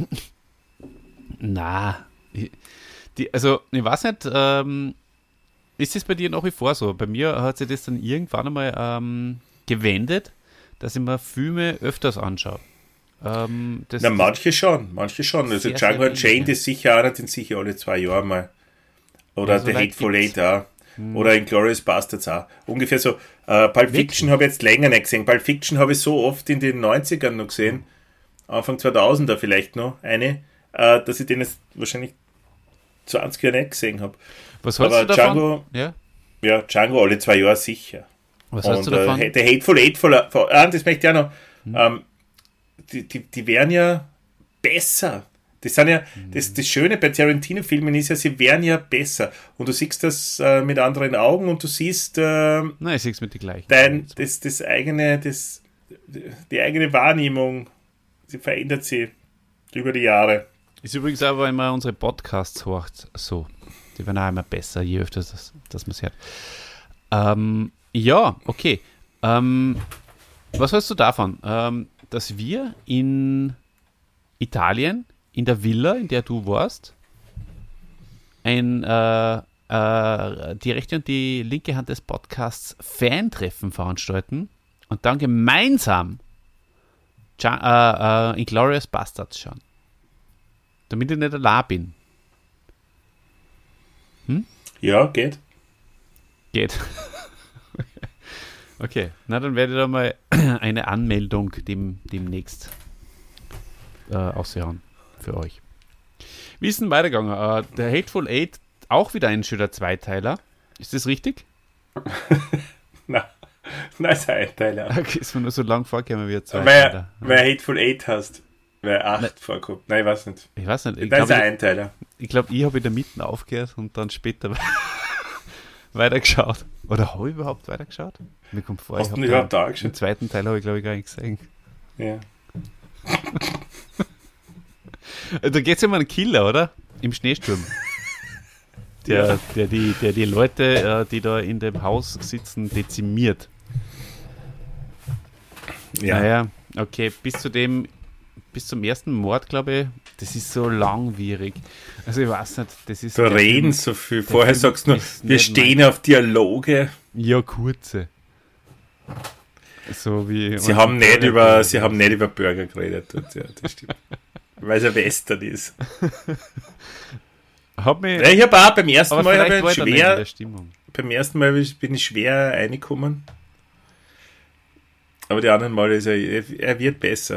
Na, ich- die, also, ich weiß nicht, ähm, ist das bei dir nach wie vor so? Bei mir hat sich das dann irgendwann einmal ähm, gewendet, dass ich mir Filme öfters anschaue. Ähm, das, Na, manche schon, manche schon. Also Sehr, Django sehr Unchained wenig, ja. ist sicher einer, den sicher alle zwei Jahre mal. Oder Ja, so The weit Hateful gibt's. Eight auch. Oder Inglourious Bastards auch. Ungefähr so. Äh, Pulp Fiction habe ich jetzt länger nicht gesehen. Pulp Fiction habe ich so oft in den neunzigern noch gesehen. Anfang zweitausender vielleicht noch eine. Äh, dass ich den jetzt wahrscheinlich zwanzig Jahre nicht gesehen habe. was hältst Aber du davon? Django, Ja? ja, Django alle zwei Jahre sicher. Was hältst Und du davon? äh, der Hateful Eight, voller, vor- ah, das möchte ich auch noch. Hm. Ähm, die, die, die werden ja besser. Das sind ja, das, das Schöne bei Tarantino-Filmen ist ja, sie werden ja besser. Und du siehst das äh, mit anderen Augen und du siehst äh, Nein, ich sehe es mit die gleichen. dein, das, das eigene, das, die eigene Wahrnehmung, sie verändert sich über die Jahre. Ist übrigens auch, wenn man unsere Podcasts hört, so. Die werden auch immer besser, je öfter das, dass man es hört. Ähm, ja, okay. Ähm, was hältst du davon, ähm, dass wir in Italien, in der Villa, in der du warst, ein äh, äh, die rechte und die linke Hand des Podcasts Fan-Treffen veranstalten und dann gemeinsam ja, äh, äh, Inglourious Bastards schauen? Damit ich nicht allein bin. Ja, geht. Geht. Okay, na dann werde ich da mal eine Anmeldung dem, demnächst äh, aushauen für euch. Wie ist denn weitergegangen? Äh, der Hateful Eight, auch wieder ein schöner Zweiteiler. Ist das richtig? Na, nein, ist ein Einteiler. Okay, ist mir nur so lang vorgekommen wie ein Weil, Zweiteiler. weil Hateful Eight hast. Weil acht vorkommt. Nein, ich weiß nicht. Ich weiß nicht. Ich Das ist glaube, ein ich, Einteiler. ich, glaub, ich habe in der Mitte aufgehört und dann später weitergeschaut. Oder habe ich überhaupt weitergeschaut? Mir kommt vor, Hast ich du habe nicht überhaupt den, da den angeschaut? zweiten Teil habe ich glaube ich gar nicht gesehen. Ja. Da geht es ja um einen Killer, oder? Im Schneesturm. Der, Ja. der, die, der die Leute, äh, die da in dem Haus sitzen, dezimiert. Ja. Naja, okay, bis zu dem, bis zum ersten Mord, glaube ich, das ist so langwierig. Also ich weiß nicht, das ist... Da der reden Film- so viel. Vorher Film sagst du nur, ist wir nicht stehen auf Dialoge. Ja, kurze. So wie... Sie haben nicht über, sie haben nicht über Burger geredet. Und ja, das stimmt. Weil es ein Western ist. Hab mich, Ja, ich habe auch beim ersten aber Mal hab vielleicht ich war ich da nicht in schwer, der Stimmung. beim ersten Mal bin ich schwer reingekommen. Aber die anderen Male ist er, er wird besser.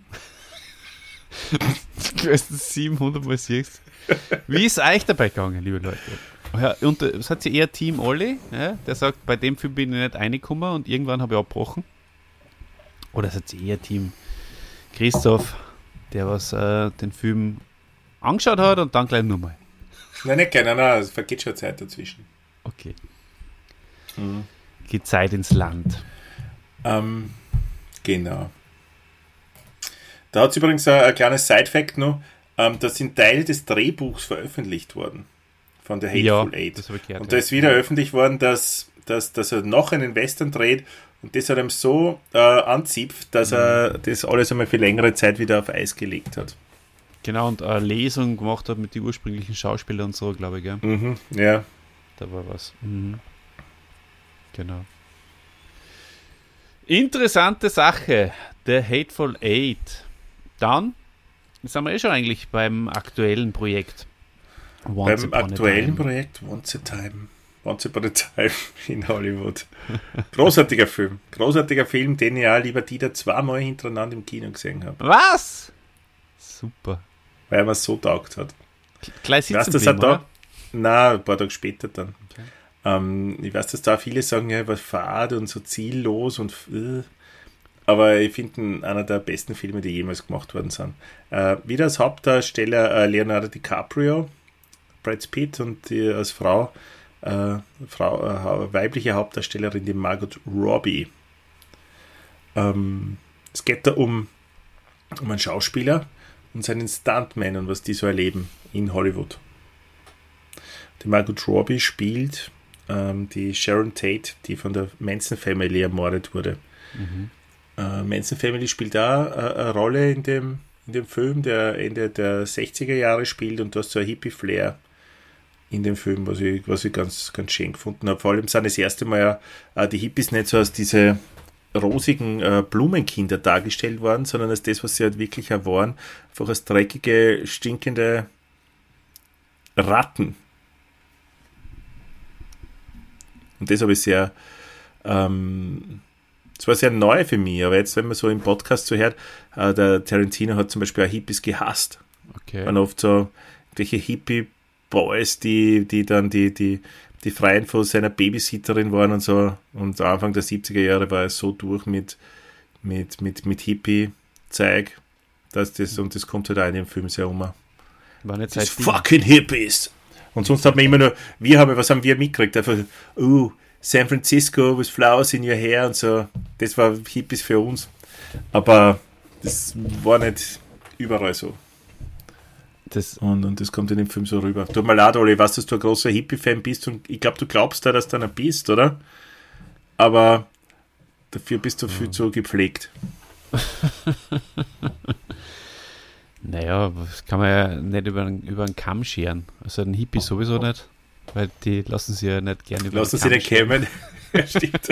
Du hast es siebenhundert Mal siehst. Wie ist euch dabei gegangen, liebe Leute? Ja, und äh, es hat sich eher Team Olli, ja, der sagt, bei dem Film bin ich nicht reingekommen und irgendwann habe ich abgebrochen. Oder es hat sich eher Team Christoph, der was äh, den Film angeschaut hat und dann gleich nochmal. Nein, nicht gerne, nein, es vergeht schon Zeit dazwischen. Okay. Mhm. Geht Zeit ins Land. Ähm, genau. Da hat es übrigens ein, ein kleines Side-Fact noch. Ähm, da sind Teile des Drehbuchs veröffentlicht worden. Von der Hateful Ja, Eight. das habe ich gehört. Und da ist wieder öffentlich worden, dass, dass, dass er noch einen Western dreht und das hat ihm so äh, anzipft, dass er das alles einmal für längere Zeit wieder auf Eis gelegt hat. Genau, und eine Lesung gemacht hat mit den ursprünglichen Schauspielern und so, glaube ich, gell? Mhm, ja. Da war was. Mhm. Genau. Interessante Sache. The Hateful Eight. Dann Jetzt sind wir eh schon eigentlich beim aktuellen Projekt. Once Beim aktuellen Projekt Once a Time. Once Upon a Time in Hollywood. Großartiger Film. Großartiger Film, den ich auch lieber Dieter zweimal hintereinander im Kino gesehen habe. Was? Super. Weil er mir so taugt hat. Gleich sitzen weißt, dass bleiben, er da, oder? Nein, ein paar Tage später dann. Okay. Ähm, ich weiß, dass da viele sagen, ja, er war fad und so ziellos und äh, aber ich finde ihn einer der besten Filme, die jemals gemacht worden sind. Äh, wieder als Hauptdarsteller äh, Leonardo DiCaprio, Brad Pitt und die, als Frau, äh, Frau äh, weibliche Hauptdarstellerin, die Margot Robbie. Ähm, es geht da um, um einen Schauspieler und seinen Stuntman und was die so erleben in Hollywood. Die Margot Robbie spielt ähm, die Sharon Tate, die von der Manson Family ermordet wurde. Mhm. Äh, Manson Family spielt da äh, eine Rolle in dem, in dem Film, der Ende der sechziger Jahre spielt, und du hast so ein Hippie-Flair in dem Film, was ich, was ich ganz, ganz schön gefunden habe. Vor allem sind das erste Mal ja äh, die Hippies nicht so als diese rosigen äh, Blumenkinder dargestellt worden, sondern als das, was sie halt wirklich auch waren, einfach als dreckige, stinkende Ratten. Und das habe ich sehr ähm, das war sehr neu für mich, aber jetzt, wenn man so im Podcast so hört, äh, der Tarantino hat zum Beispiel auch Hippies gehasst. Okay. Und oft so welche Hippie-Boys, die, die dann die, die, die Freien von seiner Babysitterin waren und so. Und Anfang der siebziger Jahre war er so durch mit, mit, mit, mit Hippie-Zeug, dass das, und das kommt halt auch in dem Film sehr um. War nicht Das fucking Hippies! Und sonst hat man immer nur, wir haben, was haben wir mitgekriegt? Einfach, uh, San Francisco with flowers in your hair und so. Das war Hippies für uns. Aber das war nicht überall so. Das und, und das kommt in dem Film so rüber. Tut mir leid, Oli, ich weiß, dass du ein großer Hippie-Fan bist und ich glaube, du glaubst da, dass du einer bist, oder? Aber dafür bist du viel zu gepflegt. Naja, das kann man ja nicht über, über einen Kamm scheren. Also ein Hippie sowieso nicht. Weil die lassen sie ja nicht gerne über Lassen sie nicht kämen. Stimmt.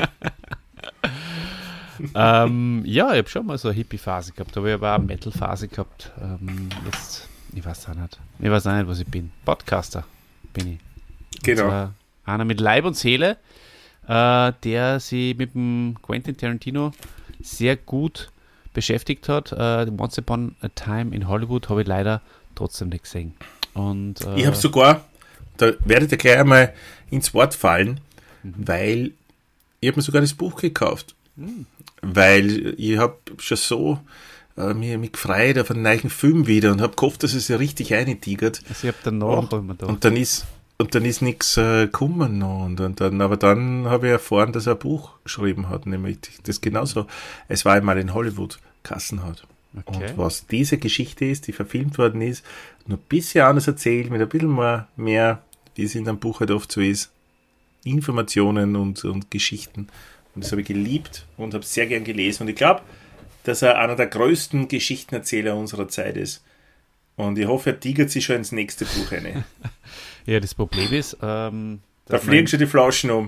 ähm, ja, ich habe schon mal so eine Hippie-Phase gehabt, aber ich habe auch eine Metal-Phase gehabt. Ähm, jetzt, ich weiß auch nicht. Ich weiß auch nicht, was ich bin. Podcaster bin ich. Genau. Und zwar einer mit Leib und Seele, äh, der sich mit dem Quentin Tarantino sehr gut beschäftigt hat. Äh, Once Upon a Time in Hollywood habe ich leider trotzdem nicht gesehen. Und, äh, ich habe sogar, da werdet ihr gleich einmal ins Wort fallen, mhm. weil ich habe mir sogar das Buch gekauft. Mhm. Weil ich habe schon so äh, mich, mich gefreut auf einen neuen Film wieder und habe gehofft, dass es ja richtig eintigert. Also ich habe danach und, immer da. und dann ist und dann ist nichts äh, gekommen noch. Und, und dann, aber dann habe ich erfahren, dass er ein Buch geschrieben hat, nämlich das genauso. Es war einmal in Hollywood Kassen hat. Okay. Und was diese Geschichte ist, die verfilmt worden ist, nur ein bisschen anders erzählt, mit ein bisschen mehr, mehr wie es in einem Buch halt oft so ist, Informationen und, und Geschichten. Und das habe ich geliebt und habe sehr gern gelesen. Und ich glaube, dass er einer der größten Geschichtenerzähler unserer Zeit ist. Und ich hoffe, er tigert sich schon ins nächste Buch rein. Ja, das Problem ist... Ähm, da fliegen schon die Flaschen um.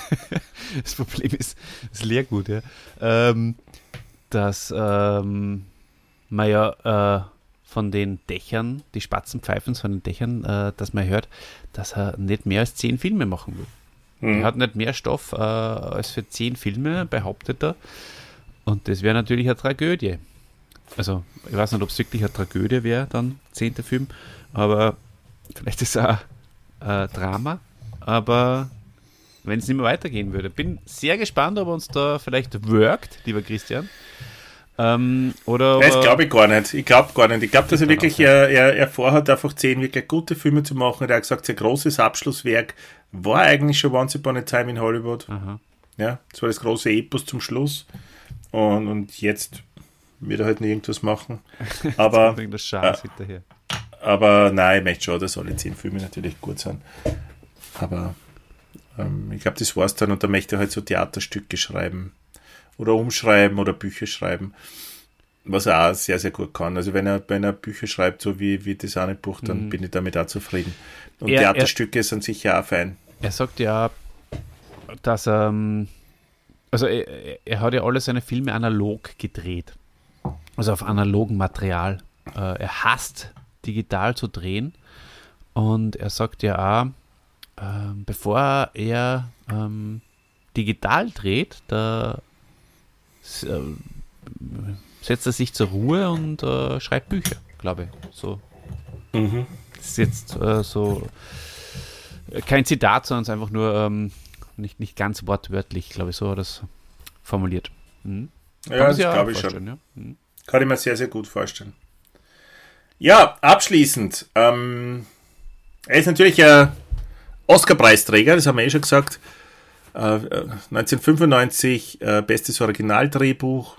Das Problem ist, das Leergut, ja. Ähm, dass ähm, man ja äh, von den Dächern, die Spatzenpfeifen von den Dächern, äh, dass man hört, dass er nicht mehr als zehn Filme machen will. Mhm. Er hat nicht mehr Stoff äh, als für zehn Filme, behauptet er. Und das wäre natürlich eine Tragödie. Also, ich weiß nicht, ob es wirklich eine Tragödie wäre, dann, zehnter Film, aber vielleicht ist es auch ein Drama. Aber wenn es nicht mehr weitergehen würde, bin sehr gespannt, ob uns da vielleicht workt, lieber Christian. Ähm, oder Nein, das glaube ich gar nicht. Ich glaube gar nicht. Ich glaube, dass er wirklich, er, er, er vorhat, einfach zehn wirklich gute Filme zu machen. Er hat gesagt, sein großes Abschlusswerk war eigentlich schon Once Upon a Time in Hollywood. Aha. Ja, das war das große Epos zum Schluss. Und, und jetzt wird er halt nicht irgendwas machen. Aber, das Chance äh, hinterher. aber nein, ich möchte schon, dass alle zehn Filme natürlich gut sind. Aber ähm, ich glaube, das war's dann. Und da möchte er halt so Theaterstücke schreiben. Oder umschreiben oder Bücher schreiben, was er auch sehr, sehr gut kann. Also wenn er, wenn er Bücher schreibt, so wie, wie das eine Buch, dann mhm. bin ich damit auch zufrieden. Und er, Theaterstücke er, sind sicher auch fein. Er sagt ja, dass er, also er, er hat ja alle seine Filme analog gedreht. Also auf analogem Material. äh, er hasst digital zu drehen und er sagt ja auch, äh, bevor er ähm, digital dreht, da äh, setzt er sich zur Ruhe und äh, schreibt Bücher, glaube ich. So. Mhm. Das ist jetzt äh, so kein Zitat, sondern einfach nur ähm, nicht, nicht ganz wortwörtlich, glaube ich, so hat er das formuliert. Mhm. Ja, das glaube ich schon. Ja? Mhm. Kann ich mir sehr, sehr gut vorstellen. Ja, abschließend. Ähm, er ist natürlich ein Oscar-Preisträger, das haben wir eh schon gesagt. Äh, neunzehnhundertfünfundneunzig äh, bestes Originaldrehbuch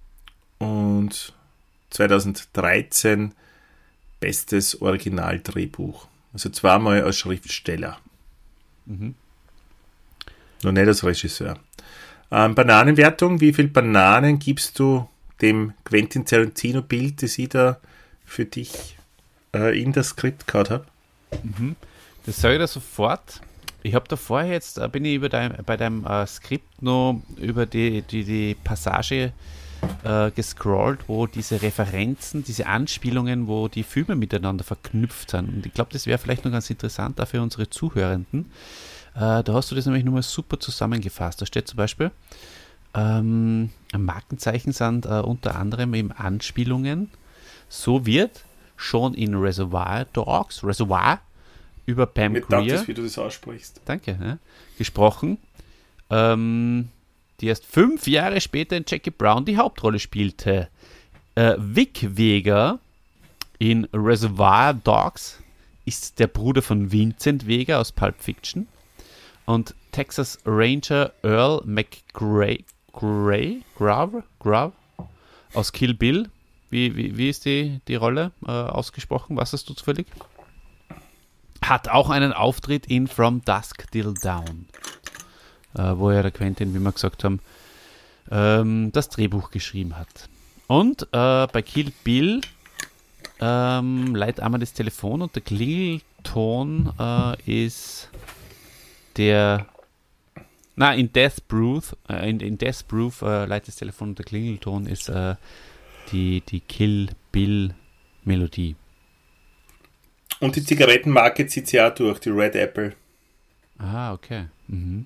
und zweitausenddreizehn bestes Originaldrehbuch. Also zweimal als Schriftsteller. Mhm. Noch nicht als Regisseur. Ähm, Bananenwertung, wie viele Bananen gibst du dem Quentin Tarantino-Bild, das ich da für dich äh, in das Skript gehabt habe? Mhm. Das sage ich dir sofort. Ich habe da vorher jetzt, äh, bin ich über dein, bei deinem äh, Skript noch über die, die, die Passage äh, gescrollt, wo diese Referenzen, diese Anspielungen, wo die Filme miteinander verknüpft sind. Und ich glaube, das wäre vielleicht noch ganz interessant auch für unsere Zuhörenden. Äh, da hast du das nämlich nochmal super zusammengefasst. Da steht zum Beispiel, ähm, Markenzeichen sind äh, unter anderem eben Anspielungen. So wird schon in Reservoir Dogs, Reservoir, über Pam Mir Grier, danke, wie du das aussprichst. danke, ja, gesprochen, ähm, die erst fünf Jahre später in Jackie Brown die Hauptrolle spielte. Äh, Vic Vega in Reservoir Dogs ist der Bruder von Vincent Vega aus Pulp Fiction und Texas Ranger Earl McGray Gray, Grav, Grav aus Kill Bill. Wie, wie, wie ist die, die Rolle äh, ausgesprochen? Was hast du zufällig? Hat auch einen Auftritt in From Dusk Till Dawn, äh, wo ja der Quentin, wie wir gesagt haben, ähm, das Drehbuch geschrieben hat. Und äh, bei Kill Bill ähm, leitet einmal das Telefon und der Klingelton äh, ist der na, in Death Proof äh, in, in Death Proof äh, leitet das Telefon und der Klingelton ist äh, die, die Kill Bill Melodie. Und die Zigarettenmarke zieht sie auch durch, die Red Apple. Ah, okay. Mhm.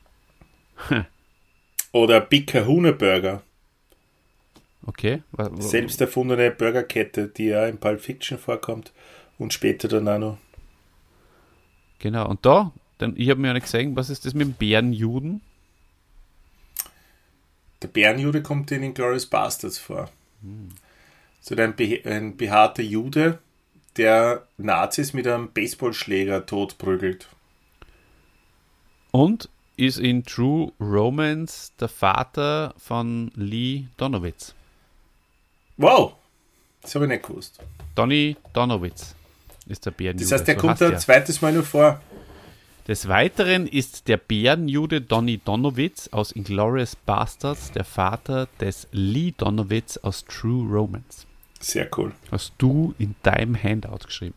Oder Big Kahuna Burger. Okay. Was, was, Selbst erfundene Burgerkette, die ja in Pulp Fiction vorkommt und später dann auch noch. Genau, und da, dann, ich habe mir nicht gesehen, was ist das mit dem Bärenjuden? Der Bärenjude kommt in Inglourious Basterds vor. Hm. So ein, be- ein behaarter Jude, der Nazis mit einem Baseballschläger totprügelt. Und ist in True Romance der Vater von Lee Donowitz. Wow, das habe ich nicht gewusst. Donny Donowitz ist der Bärenjude. Das heißt, der so kommt ein er. zweites Mal nur vor. Des Weiteren ist der Bärenjude Donny Donowitz aus Inglourious Basterds der Vater des Lee Donowitz aus True Romance. Sehr cool. Hast du in deinem Handout geschrieben.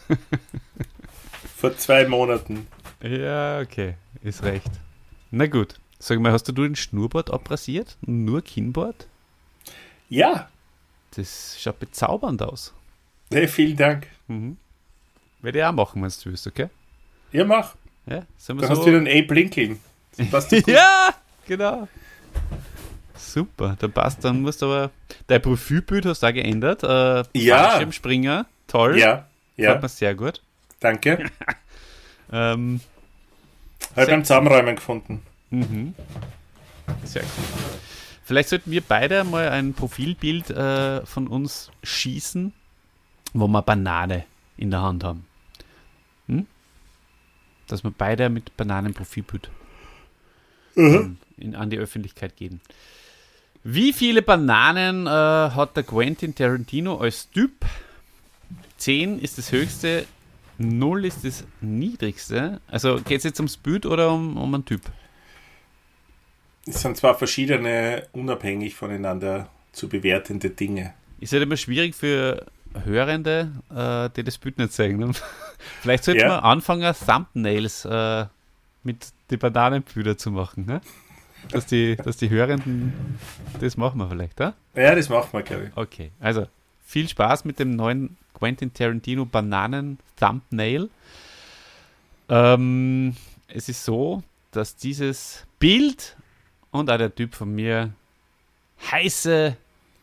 Vor zwei Monaten. Ja, okay. Ist recht. Na gut. Sag mal, hast du den Schnurrbart abrasiert? Nur Kinnbart? Ja. Das schaut bezaubernd aus. Hey, vielen Dank. Mhm. Werde ich auch machen, wenn du willst, okay? Ja, mach. Ja, sollen wir Dann so... hast du wieder ein Abe Lincoln. Das passt dir gut. Ja, genau. Super, dann passt, dann musst du aber... Dein Profilbild hast du auch geändert. Äh, Ja. Fallschirmspringer, toll. Ja, Gefällt ja. mir sehr gut. Danke. Ähm, Habe beim sexy. Zusammenräumen gefunden. Mhm. Sehr cool. Vielleicht sollten wir beide mal ein Profilbild äh, von uns schießen, wo wir Banane in der Hand haben. Hm? Dass wir beide mit Bananenprofilbild Mhm. in, an die Öffentlichkeit gehen. Wie viele Bananen äh, hat der Quentin Tarantino als Typ? zehn ist das höchste, null ist das niedrigste. Also geht es jetzt ums Bild oder um, um einen Typ? Es sind zwar verschiedene, unabhängig voneinander zu bewertende Dinge. Ist halt immer schwierig für Hörende, äh, die das Bild nicht sehen. Ne? Vielleicht sollten Ja. wir anfangen, Thumbnails äh, mit den Bananenbilder zu machen. Ne? Dass, die, dass die Hörenden, das machen wir vielleicht, ja? Ja, das machen wir, glaube ich. Okay, also viel Spaß mit dem neuen Quentin Tarantino Bananen-Thumbnail. Ähm, es ist so, dass dieses Bild und auch der Typ von mir heiße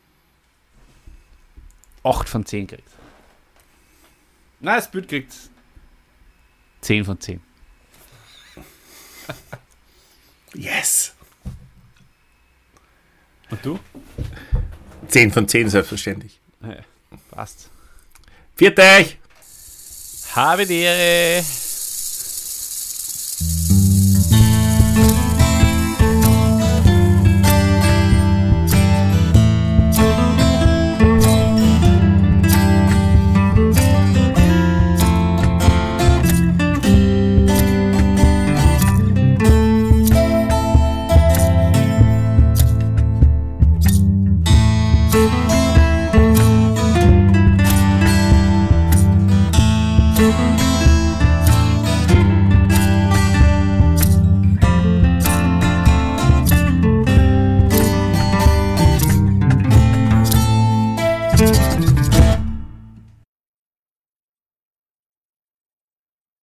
acht von zehn kriegt. Nein, das Bild kriegt zehn von zehn. Yes! Und du? zehn von zehn, selbstverständlich. Ja, passt. Viert euch! Habe die Ehre! Thank you.